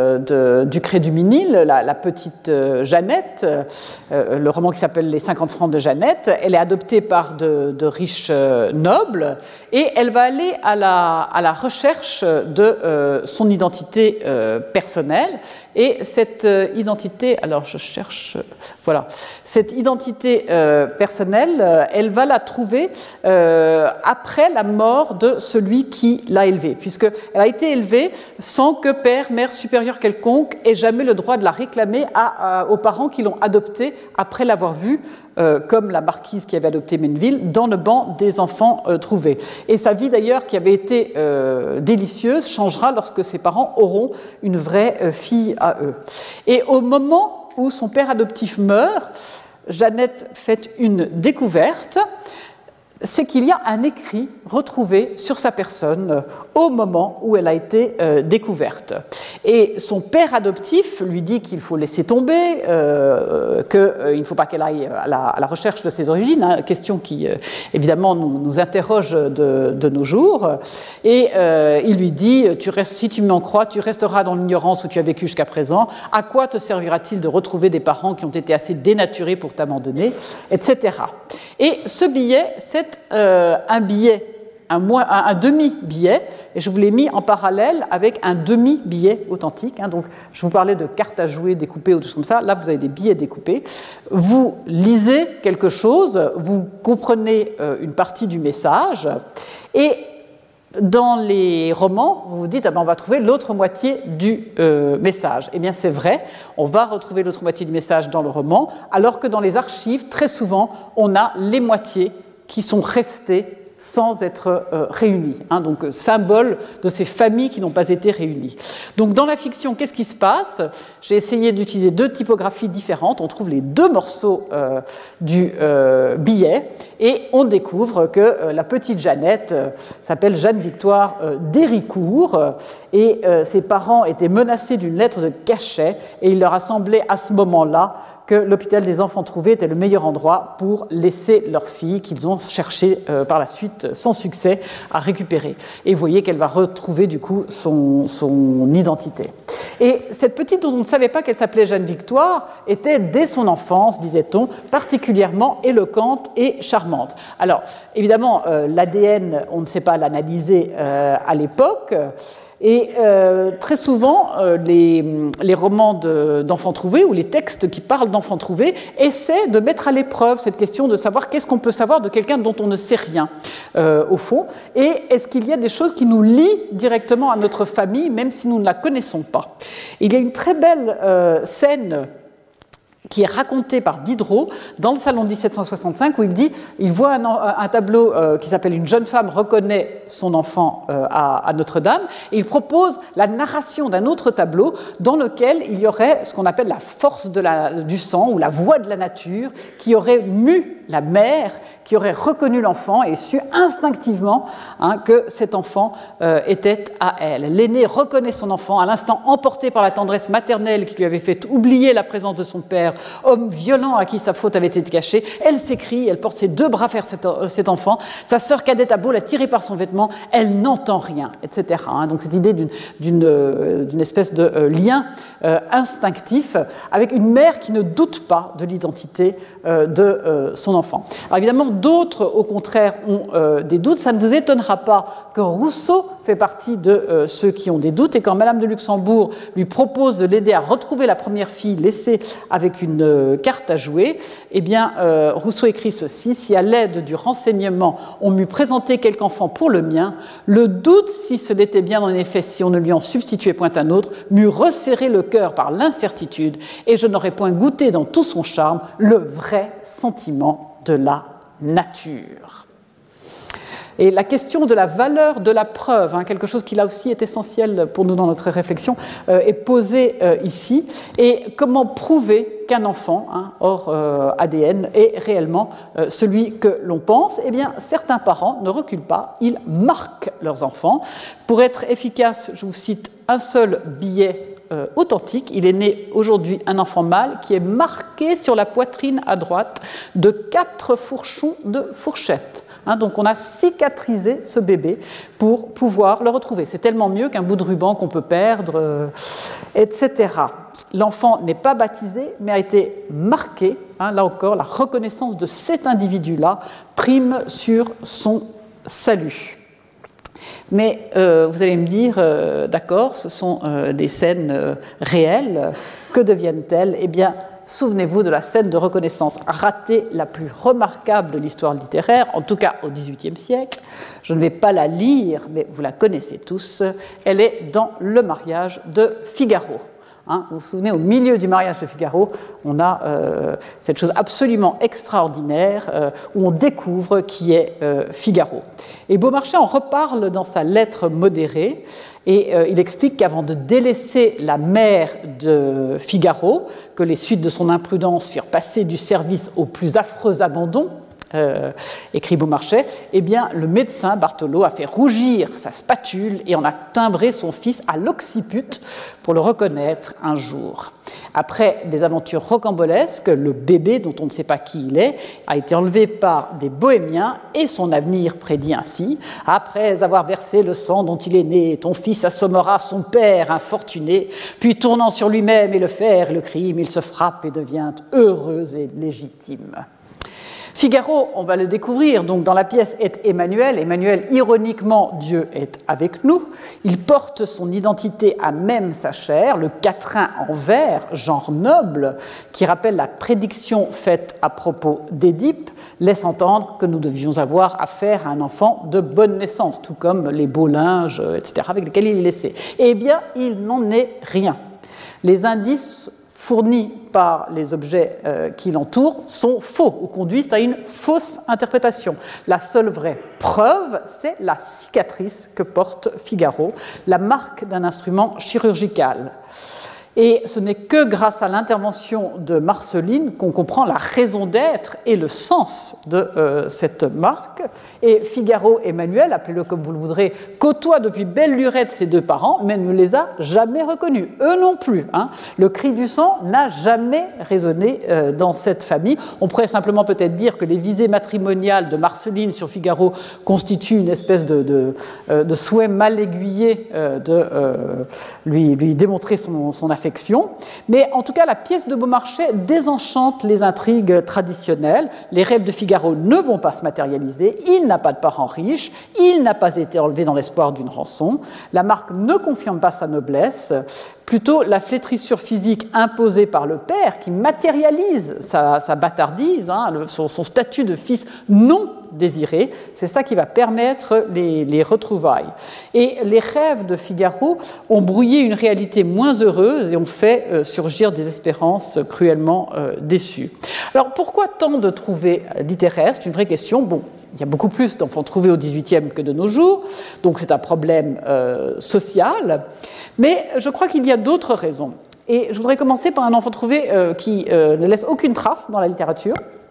Ducré du Minil, la petite Jeannette, le roman qui s'appelle Les 50 francs de Jeannette, elle est adoptée par de riches nobles et elle va aller à la recherche de son identité personnelle. Et cette identité, alors je cherche, voilà, cette identité personnelle, elle va la trouver après la mort de celui qui l'a élevée, puisqu'elle a été élevée sans que père, mère supérieur quelconque ait jamais le droit de la réclamer aux parents qui l'ont adoptée après l'avoir vue, comme la marquise qui avait adopté Menville, dans le banc des enfants trouvés. Et sa vie d'ailleurs, qui avait été délicieuse, changera lorsque ses parents auront une vraie fille à eux. Et au moment où son père adoptif meurt, Jeannette fait une découverte, c'est qu'il y a un écrit retrouvé sur sa personne au moment où elle a été découverte. Et son père adoptif lui dit qu'il faut laisser tomber, qu'il ne faut pas qu'elle aille à la recherche de ses origines, question qui évidemment nous interroge de nos jours. Et il lui dit, si tu m'en crois, tu resteras dans l'ignorance où tu as vécu jusqu'à présent. À quoi te servira-t-il de retrouver des parents qui ont été assez dénaturés pour t'abandonner, etc. Et ce billet, c'est un billet, un demi-billet, et je vous l'ai mis en parallèle avec un demi-billet authentique. Donc, je vous parlais de cartes à jouer découpées ou des choses comme ça. Là, vous avez des billets découpés. Vous lisez quelque chose, vous comprenez une partie du message, et dans les romans, vous vous dites, on va trouver l'autre moitié du message. Eh bien, c'est vrai, on va retrouver l'autre moitié du message dans le roman, alors que dans les archives, très souvent, on a les moitiés qui sont restées sans être réunies, donc symbole de ces familles qui n'ont pas été réunies. Donc dans la fiction, qu'est-ce qui se passe ? J'ai essayé d'utiliser deux typographies différentes, on trouve les deux morceaux du billet, et on découvre que la petite Jeannette s'appelle Jeanne-Victoire d'Héricourt, et ses parents étaient menacés d'une lettre de cachet, et il leur a semblé à ce moment-là que l'hôpital des enfants trouvés était le meilleur endroit pour laisser leur fille, qu'ils ont cherché par la suite sans succès à récupérer. Et vous voyez qu'elle va retrouver du coup son identité. Et cette petite dont on ne savait pas qu'elle s'appelait Jeanne-Victoire était dès son enfance, disait-on, particulièrement éloquente et charmante. Alors évidemment, l'ADN, on ne sait pas l'analyser à l'époque. Et très souvent, les romans d'enfants trouvés ou les textes qui parlent d'enfants trouvés essaient de mettre à l'épreuve cette question de savoir qu'est-ce qu'on peut savoir de quelqu'un dont on ne sait rien, au fond, et est-ce qu'il y a des choses qui nous lient directement à notre famille, même si nous ne la connaissons pas. Il y a une très belle scène qui est raconté par Diderot dans le salon de 1765, où il voit un tableau qui s'appelle « Une jeune femme reconnaît son enfant à Notre-Dame », et il propose la narration d'un autre tableau dans lequel il y aurait ce qu'on appelle la force du sang ou la voix de la nature qui aurait mu la mère qui aurait reconnu l'enfant et su instinctivement que cet enfant était à elle. L'aînée reconnaît son enfant, à l'instant emporté par la tendresse maternelle qui lui avait fait oublier la présence de son père, homme violent à qui sa faute avait été cachée. Elle s'écrie, elle porte ses 2 bras vers cet enfant. Sa sœur cadette a beau la tirer par son vêtement, elle n'entend rien, etc. Donc cette idée d'une espèce de lien instinctif avec une mère qui ne doute pas de l'identité de son enfant. Alors évidemment, d'autres, au contraire, ont des doutes. Ça ne vous étonnera pas que Rousseau fait partie de ceux qui ont des doutes, et quand Madame de Luxembourg lui propose de l'aider à retrouver la première fille laissée avec une carte à jouer, eh bien, Rousseau écrit ceci: « Si à l'aide du renseignement on m'eût présenté quelque enfant pour le mien, le doute, si ce l'était bien en effet, si on ne lui en substituait point un autre, m'eût resserré le cœur par l'incertitude, et je n'aurais point goûté dans tout son charme le vrai sentiment de la nature. » Et la question de la valeur de la preuve, quelque chose qui là aussi est essentiel pour nous dans notre réflexion, est posée ici. Et comment prouver qu'un enfant, hors ADN, est réellement celui que l'on pense? Eh bien, certains parents ne reculent pas, ils marquent leurs enfants. Pour être efficace, je vous cite un seul billet authentique. Il est né aujourd'hui un enfant mâle qui est marqué sur la poitrine à droite de 4 fourchons de fourchette. Donc on a cicatrisé ce bébé pour pouvoir le retrouver. C'est tellement mieux qu'un bout de ruban qu'on peut perdre, etc. L'enfant n'est pas baptisé, mais a été marqué. Là encore, la reconnaissance de cet individu-là prime sur son salut. Mais vous allez me dire, d'accord, ce sont des scènes réelles. Que deviennent-elles? Eh bien, souvenez-vous de la scène de reconnaissance ratée la plus remarquable de l'histoire littéraire, en tout cas au XVIIIe siècle. Je ne vais pas la lire, mais vous la connaissez tous. Elle est dans Le mariage de Figaro. Vous vous souvenez, au milieu du mariage de Figaro, on a cette chose absolument extraordinaire où on découvre qui est Figaro. Et Beaumarchais en reparle dans sa lettre modérée, et il explique qu'avant de délaisser la mère de Figaro, que les suites de son imprudence firent passer du service au plus affreux abandon, écrit Beaumarchais, eh bien, le médecin Barthelot a fait rougir sa spatule et en a timbré son fils à l'occiput pour le reconnaître un jour. Après des aventures rocambolesques, le bébé, dont on ne sait pas qui il est, a été enlevé par des bohémiens et son avenir prédit ainsi: « Après avoir versé le sang dont il est né, ton fils assommera son père infortuné, puis tournant sur lui-même et le fer et le crime, il se frappe et devient heureux et légitime. » Figaro, on va le découvrir, donc dans la pièce est Emmanuel. Emmanuel, ironiquement, Dieu est avec nous. Il porte son identité à même sa chair, le quatrain en vers, genre noble, qui rappelle la prédiction faite à propos d'Édipe, laisse entendre que nous devions avoir affaire à un enfant de bonne naissance, tout comme les beaux linges, etc., avec lesquels il est laissé. Eh bien, il n'en est rien. Les indices fournis par les objets qui l'entourent sont faux ou conduisent à une fausse interprétation. La seule vraie preuve, c'est la cicatrice que porte Figaro, la marque d'un instrument chirurgical. Et ce n'est que grâce à l'intervention de Marceline qu'on comprend la raison d'être et le sens de cette marque. Et Figaro et Emmanuel, appelez-le comme vous le voudrez, côtoient depuis belle lurette ses 2 parents, mais ne les a jamais reconnus. Eux non plus. Le cri du sang n'a jamais résonné dans cette famille. On pourrait simplement peut-être dire que les visées matrimoniales de Marceline sur Figaro constituent une espèce de souhait mal aiguillé de lui démontrer son affection. Mais en tout cas, la pièce de Beaumarchais désenchante les intrigues traditionnelles. Les rêves de Figaro ne vont pas se matérialiser. Il n'a pas de parents riches, il n'a pas été enlevé dans l'espoir d'une rançon, la marque ne confirme pas sa noblesse, plutôt la flétrissure physique imposée par le père qui matérialise sa bâtardise, son statut de fils non désiré, c'est ça qui va permettre les retrouvailles. Et les rêves de Figaro ont brouillé une réalité moins heureuse et ont fait surgir des espérances cruellement déçues. Alors pourquoi tant de trouvés littéraires? C'est une vraie question. Bon, il y a beaucoup plus d'enfants trouvés au XVIIIe que de nos jours, donc c'est un problème social. Mais je crois qu'il y a d'autres raisons. Et je voudrais commencer par un enfant trouvé qui ne laisse aucune trace dans la littérature.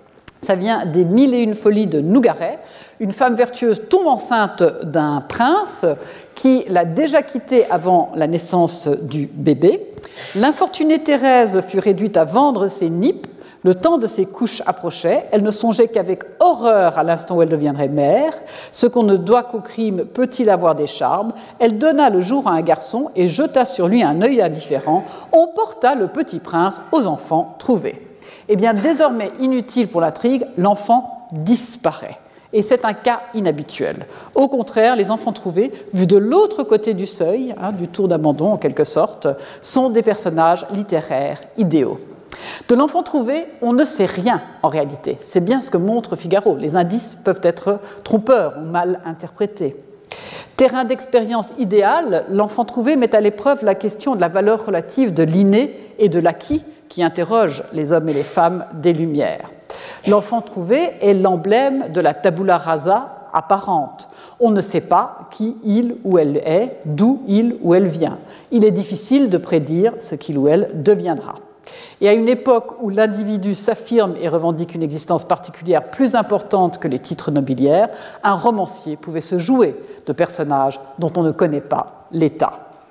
Ça vient des 1001 folies de Nougaret. Une femme vertueuse tombe enceinte d'un prince qui l'a déjà quitté avant la naissance du bébé. L'infortunée Thérèse fut réduite à vendre ses nippes. Le temps de ses couches approchait. Elle ne songeait qu'avec horreur à l'instant où elle deviendrait mère. Ce qu'on ne doit qu'au crime peut-il avoir des charmes? Elle donna le jour à un garçon et jeta sur lui un œil indifférent. On porta le petit prince aux enfants trouvés. Eh bien, désormais inutile pour l'intrigue, l'enfant disparaît. Et c'est un cas inhabituel. Au contraire, les enfants trouvés, vus de l'autre côté du seuil, du tour d'abandon en quelque sorte, sont des personnages littéraires idéaux. De l'enfant trouvé, on ne sait rien en réalité. C'est bien ce que montre Figaro. Les indices peuvent être trompeurs ou mal interprétés. Terrain d'expérience idéal, l'enfant trouvé met à l'épreuve la question de la valeur relative de l'inné et de l'acquis qui interroge les hommes et les femmes des Lumières. L'enfant trouvé est l'emblème de la tabula rasa apparente. On ne sait pas qui il ou elle est, d'où il ou elle vient. Il est difficile de prédire ce qu'il ou elle deviendra. Et à une époque où l'individu s'affirme et revendique une existence particulière plus importante que les titres nobiliaires, un romancier pouvait se jouer de personnages dont on ne connaît pas l'état.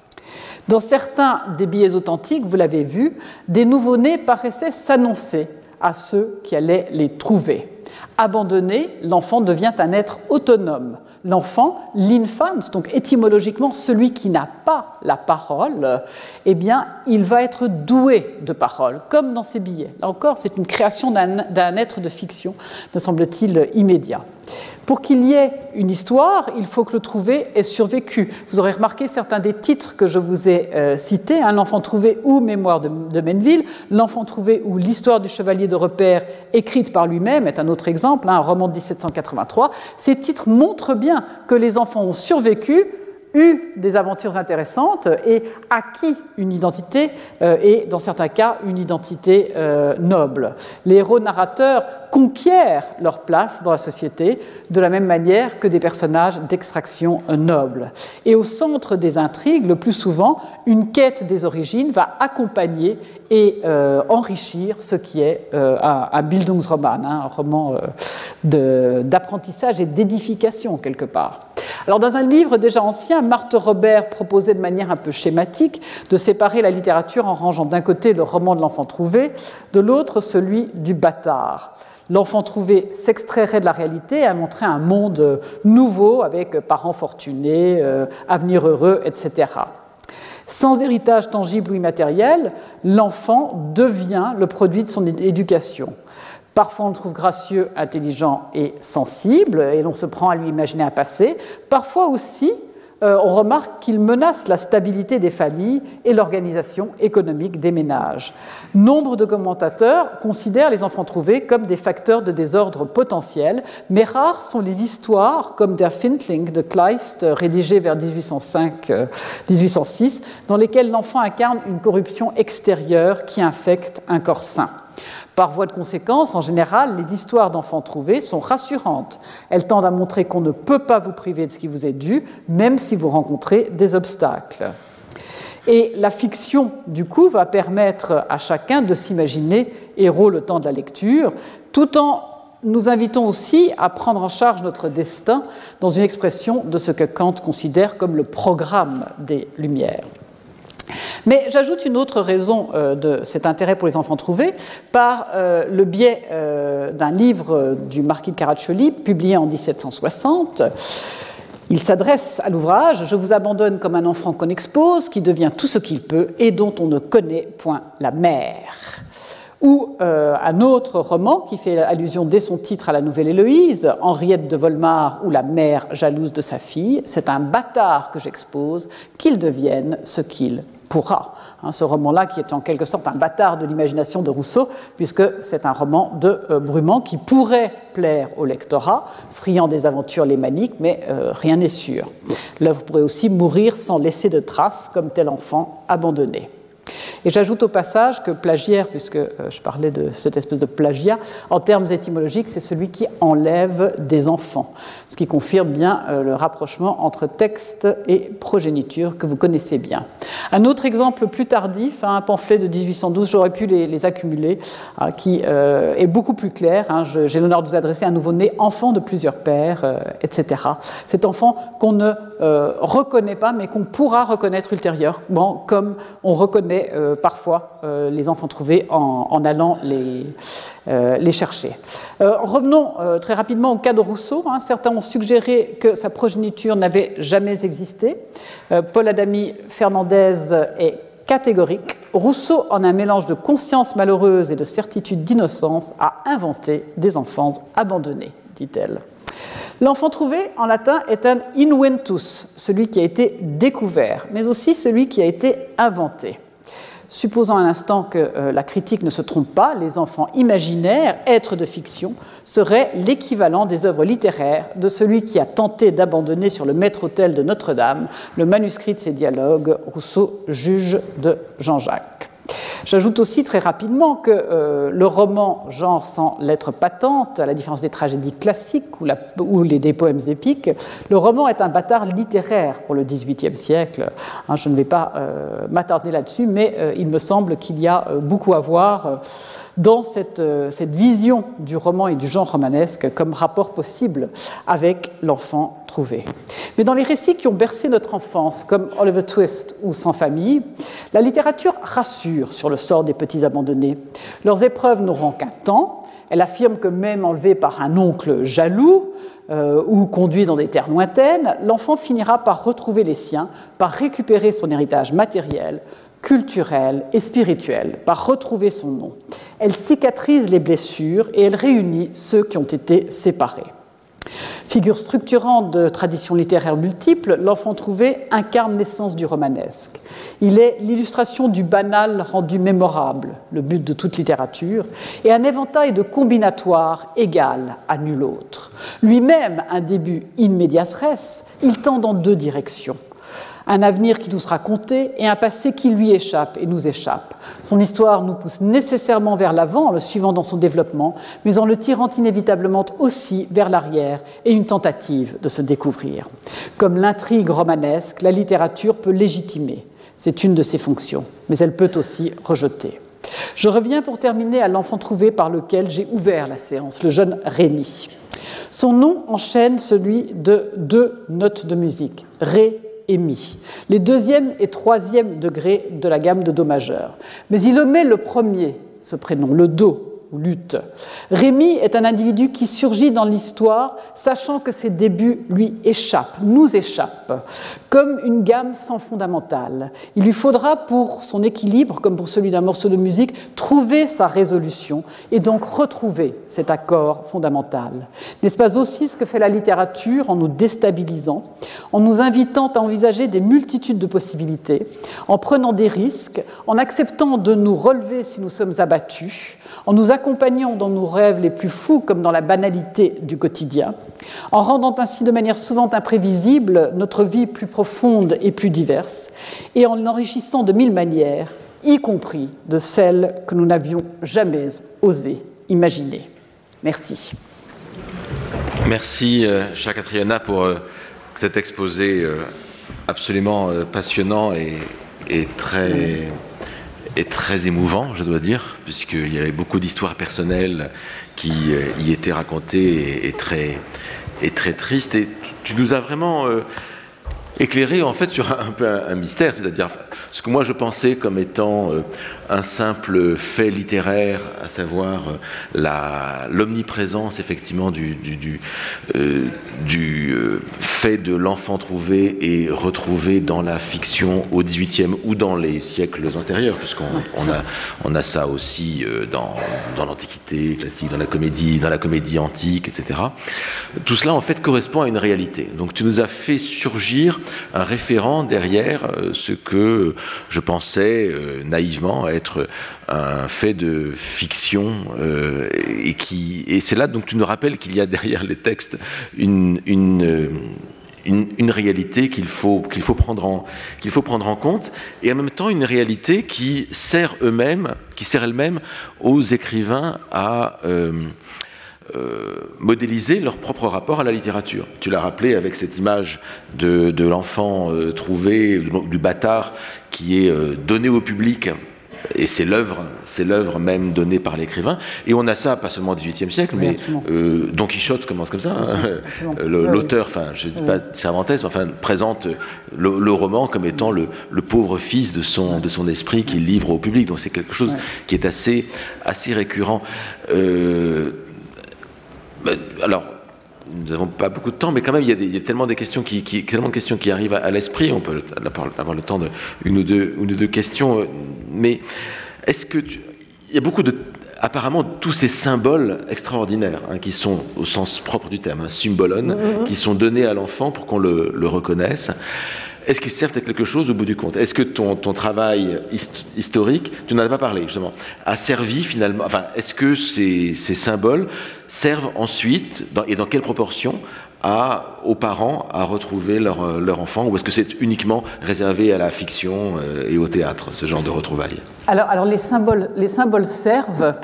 Dans certains des billets authentiques, vous l'avez vu, des nouveau-nés paraissaient s'annoncer à ceux qui allaient les trouver. Abandonné, l'enfant devient un être autonome. L'enfant, l'infans, donc étymologiquement celui qui n'a pas la parole, eh bien, il va être doué de parole, comme dans ces billets. Là encore, c'est une création d'un être de fiction, me semble-t-il, immédiat. Pour qu'il y ait une histoire, il faut que le trouvé ait survécu. Vous aurez remarqué certains des titres que je vous ai cités, L'enfant trouvé ou Mémoire de Menneville, L'enfant trouvé ou L'histoire du chevalier de Repère, écrite par lui-même, est un autre exemple, un roman de 1783. Ces titres montrent bien que les enfants ont survécu, eu des aventures intéressantes et acquis une identité et, dans certains cas, une identité noble. Les héros narrateurs conquièrent leur place dans la société de la même manière que des personnages d'extraction noble. Et au centre des intrigues, le plus souvent, une quête des origines va accompagner et enrichir ce qui est un Bildungsroman, un roman d'apprentissage et d'édification quelque part. Alors, dans un livre déjà ancien, Marthe Robert proposait de manière un peu schématique de séparer la littérature en rangeant d'un côté le roman de l'enfant trouvé, de l'autre celui du bâtard. L'enfant trouvé s'extrairait de la réalité et montrait un monde nouveau avec parents fortunés, avenir heureux, etc. Sans héritage tangible ou immatériel, l'enfant devient le produit de son éducation. Parfois, on le trouve gracieux, intelligent et sensible, et l'on se prend à lui imaginer un passé. Parfois aussi, on remarque qu'il menace la stabilité des familles et l'organisation économique des ménages. Nombre de commentateurs considèrent les enfants trouvés comme des facteurs de désordre potentiel, mais rares sont les histoires, comme Der Findling de Kleist, rédigé vers 1805-1806, dans lesquelles l'enfant incarne une corruption extérieure qui infecte un corps sain. Par voie de conséquence, en général, les histoires d'enfants trouvés sont rassurantes. Elles tendent à montrer qu'on ne peut pas vous priver de ce qui vous est dû, même si vous rencontrez des obstacles. Et la fiction, du coup, va permettre à chacun de s'imaginer héros le temps de la lecture, tout en nous invitons aussi à prendre en charge notre destin dans une expression de ce que Kant considère comme le programme des Lumières. Mais j'ajoute une autre raison de cet intérêt pour les enfants trouvés par le biais d'un livre du marquis de Caraccioli, publié en 1760. Il s'adresse à l'ouvrage « Je vous abandonne comme un enfant qu'on expose, qui devient tout ce qu'il peut et dont on ne connaît point la mère ». Ou un autre roman qui fait allusion dès son titre à la Nouvelle Héloïse, Henriette de Volmar ou la mère jalouse de sa fille. C'est un bâtard que j'expose, qu'il devienne ce qu'il pourra. Ce roman-là qui est en quelque sorte un bâtard de l'imagination de Rousseau, puisque c'est un roman de Brumand qui pourrait plaire au lectorat, friand des aventures lémaniques, mais rien n'est sûr. L'œuvre pourrait aussi mourir sans laisser de traces, comme tel enfant abandonné. Et j'ajoute au passage que plagiaire, puisque je parlais de cette espèce de plagiat, en termes étymologiques, c'est celui qui enlève des enfants, ce qui confirme bien le rapprochement entre texte et progéniture que vous connaissez bien. Un autre exemple plus tardif, un pamphlet de 1812, j'aurais pu les accumuler, qui est beaucoup plus clair. J'ai l'honneur de vous adresser un nouveau-né, enfant de plusieurs pères, etc. Cet enfant qu'on ne reconnaît pas, mais qu'on pourra reconnaître ultérieurement, comme on reconnaît parfois les enfants trouvés en allant les chercher. Revenons très rapidement au cas de Rousseau. Certains ont suggéré que sa progéniture n'avait jamais existé. Paul Adami Fernandez est catégorique. Rousseau, en un mélange de conscience malheureuse et de certitude d'innocence, a inventé des enfants abandonnés, dit-elle. L'enfant trouvé, en latin, est un inventus, celui qui a été découvert, mais aussi celui qui a été inventé. Supposons un instant que la critique ne se trompe pas, les enfants imaginaires, êtres de fiction, seraient l'équivalent des œuvres littéraires de celui qui a tenté d'abandonner sur le maître-autel de Notre-Dame le manuscrit de ses dialogues, Rousseau, juge de Jean-Jacques. J'ajoute aussi très rapidement que le roman, genre sans lettres patentes, à la différence des tragédies classiques ou des poèmes épiques, le roman est un bâtard littéraire pour le XVIIIe siècle. Je ne vais pas m'attarder là-dessus, mais il me semble qu'il y a beaucoup à voir dans cette vision du roman et du genre romanesque comme rapport possible avec l'enfant trouvé. Mais dans les récits qui ont bercé notre enfance, comme Oliver Twist ou Sans famille, la littérature rassure sur le sort des petits abandonnés. Leurs épreuves n'auront qu'un temps. Elle affirme que même enlevé par un oncle jaloux ou conduit dans des terres lointaines, l'enfant finira par retrouver les siens, par récupérer son héritage matériel, culturelle et spirituelle, par retrouver son nom. Elle cicatrise les blessures et elle réunit ceux qui ont été séparés. Figure structurante de traditions littéraires multiples, l'enfant trouvé incarne l'essence du romanesque. Il est l'illustration du banal rendu mémorable, le but de toute littérature, et un éventail de combinatoires égal à nul autre. Lui-même, un début in medias res, il tend dans deux directions. Un avenir qui nous sera conté et un passé qui lui échappe et nous échappe. Son histoire nous pousse nécessairement vers l'avant en le suivant dans son développement, mais en le tirant inévitablement aussi vers l'arrière et une tentative de se découvrir. Comme l'intrigue romanesque, la littérature peut légitimer. C'est une de ses fonctions, mais elle peut aussi rejeter. Je reviens pour terminer à l'enfant trouvé par lequel j'ai ouvert la séance, le jeune Rémi. Son nom enchaîne celui de deux notes de musique, Ré et Mi, les deuxième et troisième degrés de la gamme de Do majeur. Mais il omet le premier, ce prénom, le Do, ou lutte. Rémi est un individu qui surgit dans l'histoire, sachant que ses débuts lui échappent, nous échappent, comme une gamme sans fondamentale. Il lui faudra, pour son équilibre, comme pour celui d'un morceau de musique, trouver sa résolution et donc retrouver cet accord fondamental. N'est-ce pas aussi ce que fait la littérature en nous déstabilisant, en nous invitant à envisager des multitudes de possibilités, en prenant des risques, en acceptant de nous relever si nous sommes abattus, en nous accompagnant dans nos rêves les plus fous comme dans la banalité du quotidien, en rendant ainsi de manière souvent imprévisible notre vie plus profonde et plus diverse, et en l'enrichissant de mille manières, y compris de celles que nous n'avions jamais osé imaginer. Merci. Merci, chère Catriona, pour cet exposé absolument passionnant et très émouvant, je dois dire, puisqu'il y avait beaucoup d'histoires personnelles qui y étaient racontées et très tristes. Et tu nous as vraiment éclairé en fait sur un peu un mystère, c'est-à-dire ce que moi je pensais comme étant un simple fait littéraire, à savoir l'omniprésence effectivement du fait de l'enfant trouvé et retrouvé dans la fiction au XVIIIe ou dans les siècles antérieurs, puisqu'on a ça aussi dans l'Antiquité classique, dans la comédie antique, etc. Tout cela en fait correspond à une réalité. Donc tu nous as fait surgir un référent derrière ce que je pensais naïvement être un fait de fiction et c'est là donc tu nous rappelles qu'il y a derrière les textes une réalité qu'il faut prendre en compte, et en même temps une réalité qui sert elle-même aux écrivains à modéliser leur propre rapport à la littérature. Tu l'as rappelé avec cette image de l'enfant trouvé, du bâtard, qui est donné au public. Et c'est l'œuvre même donnée par l'écrivain. Et on a ça, pas seulement au XVIIIe siècle, mais Don Quichotte commence comme ça. Hein. L'auteur, enfin, je ne dis pas Cervantes, mais enfin, présente le roman comme étant le pauvre fils de son esprit qu'il livre au public. Donc c'est quelque chose qui est assez récurrent. Alors, nous n'avons pas beaucoup de temps, mais quand même, il y a tellement de questions qui arrivent à l'esprit. On peut avoir le temps de une ou deux questions. Mais est-ce que il y a beaucoup apparemment tous ces symboles extraordinaires qui sont au sens propre du terme, symbolon, qui sont donnés à l'enfant pour qu'on le reconnaisse. Est-ce qu'ils servent à quelque chose au bout du compte? Est-ce que ton travail historique, tu n'en as pas parlé justement, a servi finalement, enfin, est-ce que ces symboles servent ensuite, et dans quelle proportion, aux parents à retrouver leur enfant, ou est-ce que c'est uniquement réservé à la fiction et au théâtre, ce genre de retrouvailles? Alors les symboles servent.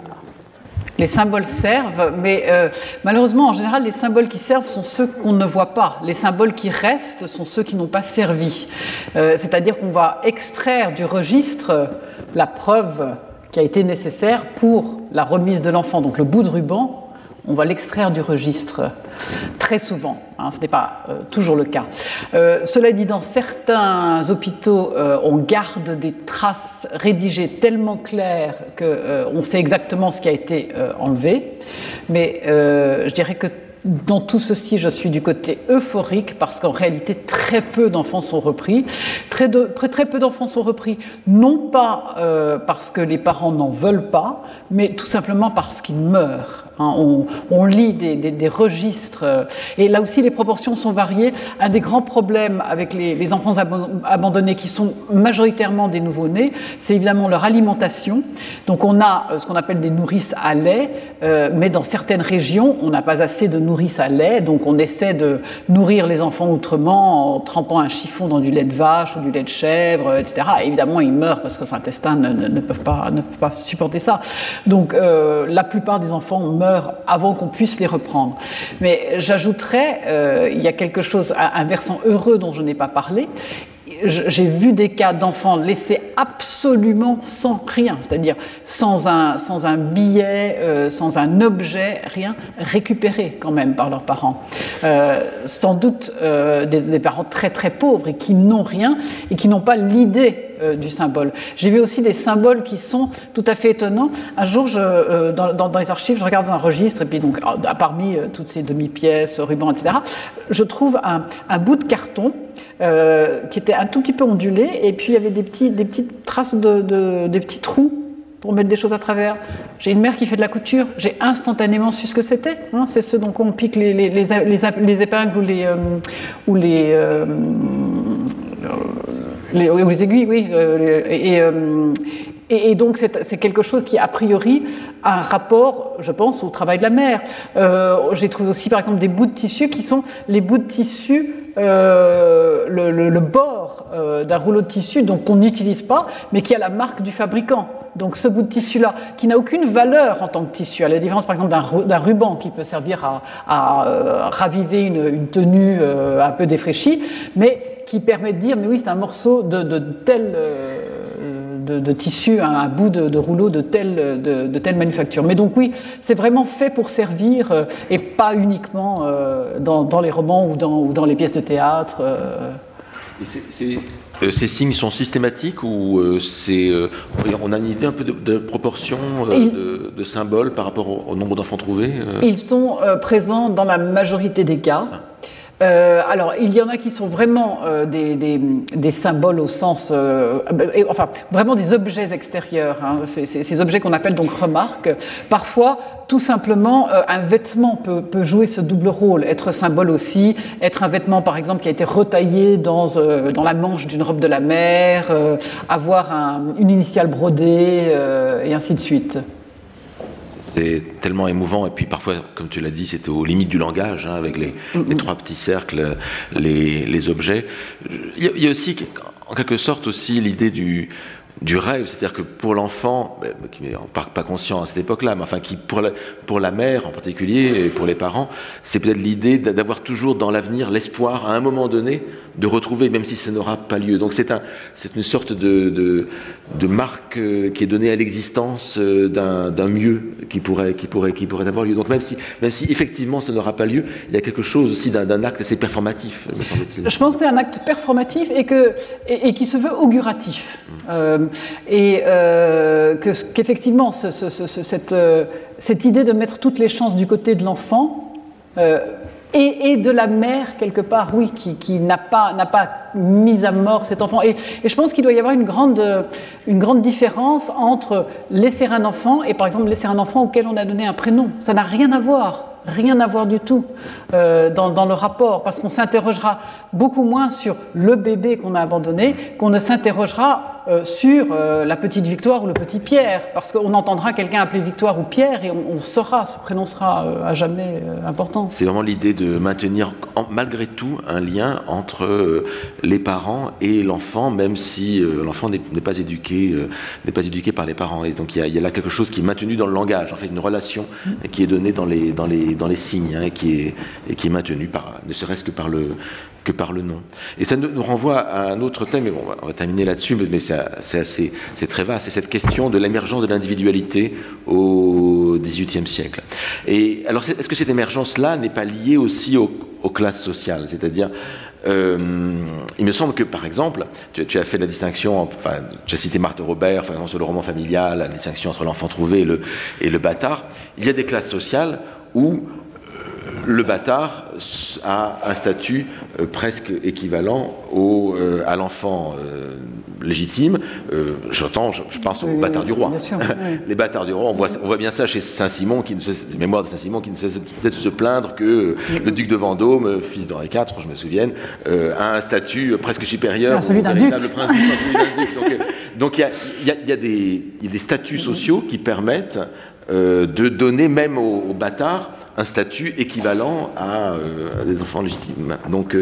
Les symboles servent, mais malheureusement, en général, les symboles qui servent sont ceux qu'on ne voit pas. Les symboles qui restent sont ceux qui n'ont pas servi. C'est-à-dire qu'on va extraire du registre la preuve qui a été nécessaire pour la remise de l'enfant. Donc le bout de ruban, on va l'extraire du registre très souvent. Ce n'est pas toujours le cas. Cela dit, dans certains hôpitaux, on garde des traces rédigées tellement claires qu'on sait exactement ce qui a été enlevé. Mais je dirais que dans tout ceci, je suis du côté euphorique parce qu'en réalité, très peu d'enfants sont repris. Très peu d'enfants sont repris, non pas parce que les parents n'en veulent pas, mais tout simplement parce qu'ils meurent. On lit des registres, et là aussi les proportions sont variées. Un des grands problèmes avec les enfants abandonnés, qui sont majoritairement des nouveau-nés, c'est évidemment leur alimentation. Donc on a ce qu'on appelle des nourrices à lait, mais dans certaines régions, on n'a pas assez de nourrices à lait, donc on essaie de nourrir les enfants autrement en trempant un chiffon dans du lait de vache ou du lait de chèvre, etc. Et évidemment, ils meurent parce que leurs intestins ne peuvent pas supporter ça. Donc la plupart des enfants meurent avant qu'on puisse les reprendre. Mais j'ajouterais, il y a quelque chose, un versant heureux dont je n'ai pas parlé. J'ai vu des cas d'enfants laissés absolument sans rien, c'est-à-dire sans un billet, sans un objet, rien, récupérés quand même par leurs parents. Sans doute des parents très très pauvres et qui n'ont rien et qui n'ont pas l'idée du symbole. J'ai vu aussi des symboles qui sont tout à fait étonnants. Un jour, dans les archives, je regarde un registre et puis donc parmi toutes ces demi-pièces, rubans, etc., je trouve un bout de carton qui était un tout petit peu ondulé, et puis il y avait des petites traces des petits trous pour mettre des choses à travers. J'ai une mère qui fait de la couture, j'ai instantanément su ce que c'était. C'est ce dont on pique les épingles ou les aiguilles, oui. Et donc c'est quelque chose qui a priori a un rapport, je pense, au travail de la mère. J'ai trouvé aussi par exemple des bouts de tissu qui sont les bouts de tissu, le bord d'un rouleau de tissu, donc qu'on n'utilise pas, mais qui a la marque du fabricant. Donc ce bout de tissu-là, qui n'a aucune valeur en tant que tissu, à la différence par exemple d'un ruban qui peut servir à raviver une tenue un peu défraîchie, mais qui permet de dire, mais oui, c'est un morceau de tel de tissu, un bout de rouleau de telle manufacture. Mais donc oui, c'est vraiment fait pour servir et pas uniquement dans les romans ou dans les pièces de théâtre. Et ces signes sont systématiques ou on a une idée un peu de proportion de symboles par rapport au nombre d'enfants trouvés Ils sont présents dans la majorité des cas. Alors, il y en a qui sont vraiment des symboles au sens, enfin, vraiment des objets extérieurs. Ces objets qu'on appelle donc remarques. Parfois, tout simplement, un vêtement peut jouer ce double rôle, être symbole aussi, être un vêtement, par exemple, qui a été retaillé dans la manche d'une robe de la mère, avoir une initiale brodée, et ainsi de suite. C'est tellement émouvant, et puis parfois, comme tu l'as dit, c'était aux limites du langage, avec les trois petits cercles, les objets. Il y a aussi, en quelque sorte, aussi l'idée du rêve, c'est-à-dire que pour l'enfant, qui n'est pas conscient à cette époque-là, mais enfin qui pour la mère en particulier et pour les parents, c'est peut-être l'idée d'avoir toujours dans l'avenir l'espoir à un moment donné de retrouver, même si ça n'aura pas lieu. Donc c'est une sorte de marque qui est donnée à l'existence d'un mieux qui pourrait avoir lieu. Donc même si effectivement ça n'aura pas lieu, il y a quelque chose aussi d'un acte assez performatif, me semble-t-il. Je pense que c'est un acte performatif et qui se veut auguratif. Qu'effectivement, cette idée de mettre toutes les chances du côté de l'enfant et de la mère, quelque part, oui, qui n'a pas mis à mort cet enfant. Et je pense qu'il doit y avoir une grande différence entre laisser un enfant et, par exemple, laisser un enfant auquel on a donné un prénom. Ça n'a rien à voir. Rien à voir du tout dans le rapport, parce qu'on s'interrogera beaucoup moins sur le bébé qu'on a abandonné qu'on ne s'interrogera sur la petite Victoire ou le petit Pierre, parce qu'on entendra quelqu'un appeler Victoire ou Pierre et on saura, ce prénom sera à jamais important. C'est vraiment l'idée de maintenir malgré tout un lien entre les parents et l'enfant, même si l'enfant n'est pas éduqué par les parents. Et donc il y a là quelque chose qui est maintenu dans le langage, en fait une relation qui est donnée dans les signes, et qui est maintenue ne serait-ce que par le nom. Et ça nous renvoie à un autre thème, mais bon, on va terminer là-dessus, mais c'est très vaste, c'est cette question de l'émergence de l'individualité au XVIIIe siècle. Et alors, est-ce que cette émergence-là n'est pas liée aussi aux classes sociales ? C'est-à-dire, il me semble que, par exemple, tu as fait la distinction, tu as cité Marthe Robert, sur le roman familial, la distinction entre l'enfant trouvé et le bâtard. Il y a des classes sociales où le bâtard a un statut presque équivalent à l'enfant légitime. Je pense aux bâtards du roi. Bien sûr, oui. Les bâtards du roi, on voit bien ça chez Saint-Simon, mémoire de Saint-Simon, qui ne cesse de se plaindre que le duc de Vendôme, fils d'Henri IV, je me souviens, a un statut presque supérieur celui d'un véritable prince du Donc il y a des statuts sociaux qui permettent de donner même aux bâtards un statut équivalent à des enfants légitimes. Donc,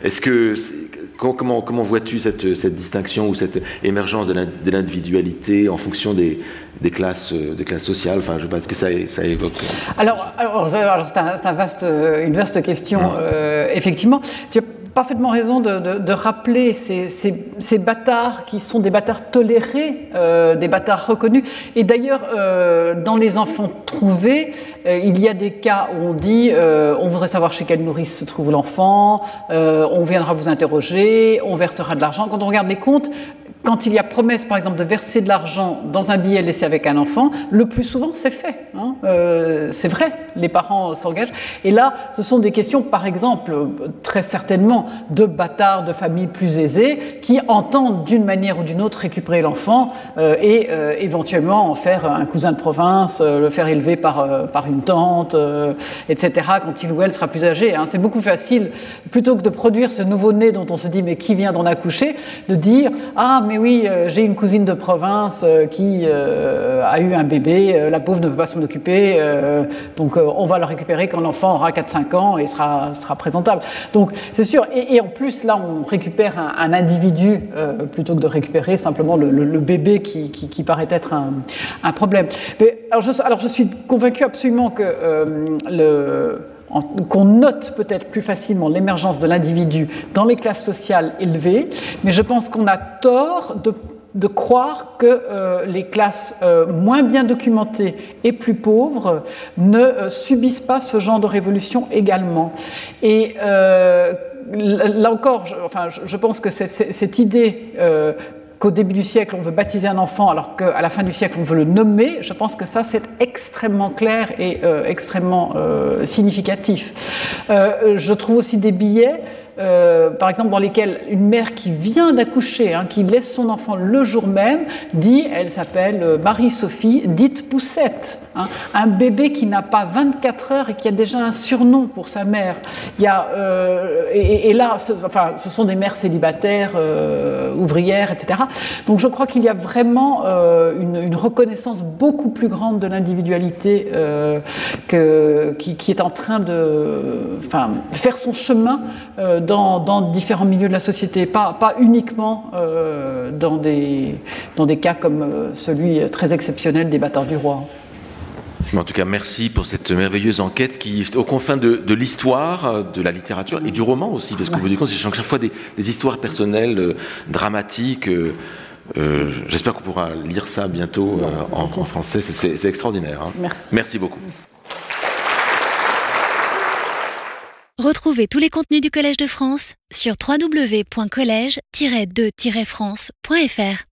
comment vois-tu cette distinction ou cette émergence de l'individualité en fonction des classes sociales ? Enfin, je sais pas, est-ce que ça évoque Alors c'est une vaste question. Effectivement, tu as parfaitement raison de rappeler ces bâtards qui sont des bâtards tolérés, des bâtards reconnus. Et d'ailleurs, dans les enfants trouvés, il y a des cas où on dit on voudrait savoir chez quelle nourrice se trouve l'enfant, on viendra vous interroger, on versera de l'argent. Quand on regarde les comptes, quand il y a promesse, par exemple, de verser de l'argent dans un billet laissé avec un enfant, le plus souvent, c'est fait. C'est vrai, les parents s'engagent. Et là, ce sont des questions, par exemple, très certainement, de bâtards de familles plus aisées qui entendent d'une manière ou d'une autre récupérer l'enfant et éventuellement en faire un cousin de province, le faire élever par une tante, etc., quand il ou elle sera plus âgé. C'est beaucoup facile, plutôt que de produire ce nouveau-né dont on se dit « mais qui vient d'en accoucher ?», de dire « ah, mais oui, j'ai une cousine de province qui a eu un bébé, la pauvre ne peut pas s'en occuper, donc on va le récupérer quand l'enfant aura 4-5 ans et sera présentable. » Donc c'est sûr, et en plus là on récupère un individu plutôt que de récupérer simplement le bébé qui paraît être un problème. Mais, alors je suis convaincue absolument que qu'on note peut-être plus facilement l'émergence de l'individu dans les classes sociales élevées, mais je pense qu'on a tort de croire que les classes moins bien documentées et plus pauvres ne subissent pas ce genre de révolution également. Et là encore, je pense que cette idée qu'au début du siècle, on veut baptiser un enfant alors qu'à la fin du siècle, on veut le nommer, je pense que ça, c'est extrêmement clair et extrêmement significatif. Je trouve aussi des billets, par exemple, dans lesquels une mère qui vient d'accoucher, qui laisse son enfant le jour même, dit, elle s'appelle Marie-Sophie, dite Poussette. Un bébé qui n'a pas 24 heures et qui a déjà un surnom pour sa mère. Il y a, et là, ce sont des mères célibataires, ouvrières, etc. Donc je crois qu'il y a vraiment une reconnaissance beaucoup plus grande de l'individualité qui est en train de faire son chemin dans différents milieux de la société, pas uniquement dans des cas comme celui très exceptionnel des bâtards du roi. En tout cas, merci pour cette merveilleuse enquête qui, aux confins de l'histoire, de la littérature et du roman aussi, parce que vous dites, c'est chaque fois des histoires personnelles, dramatiques. J'espère qu'on pourra lire ça bientôt en français. C'est extraordinaire. Hein. Merci beaucoup. Retrouvez tous les contenus du Collège de France sur www.collège-2-france.fr.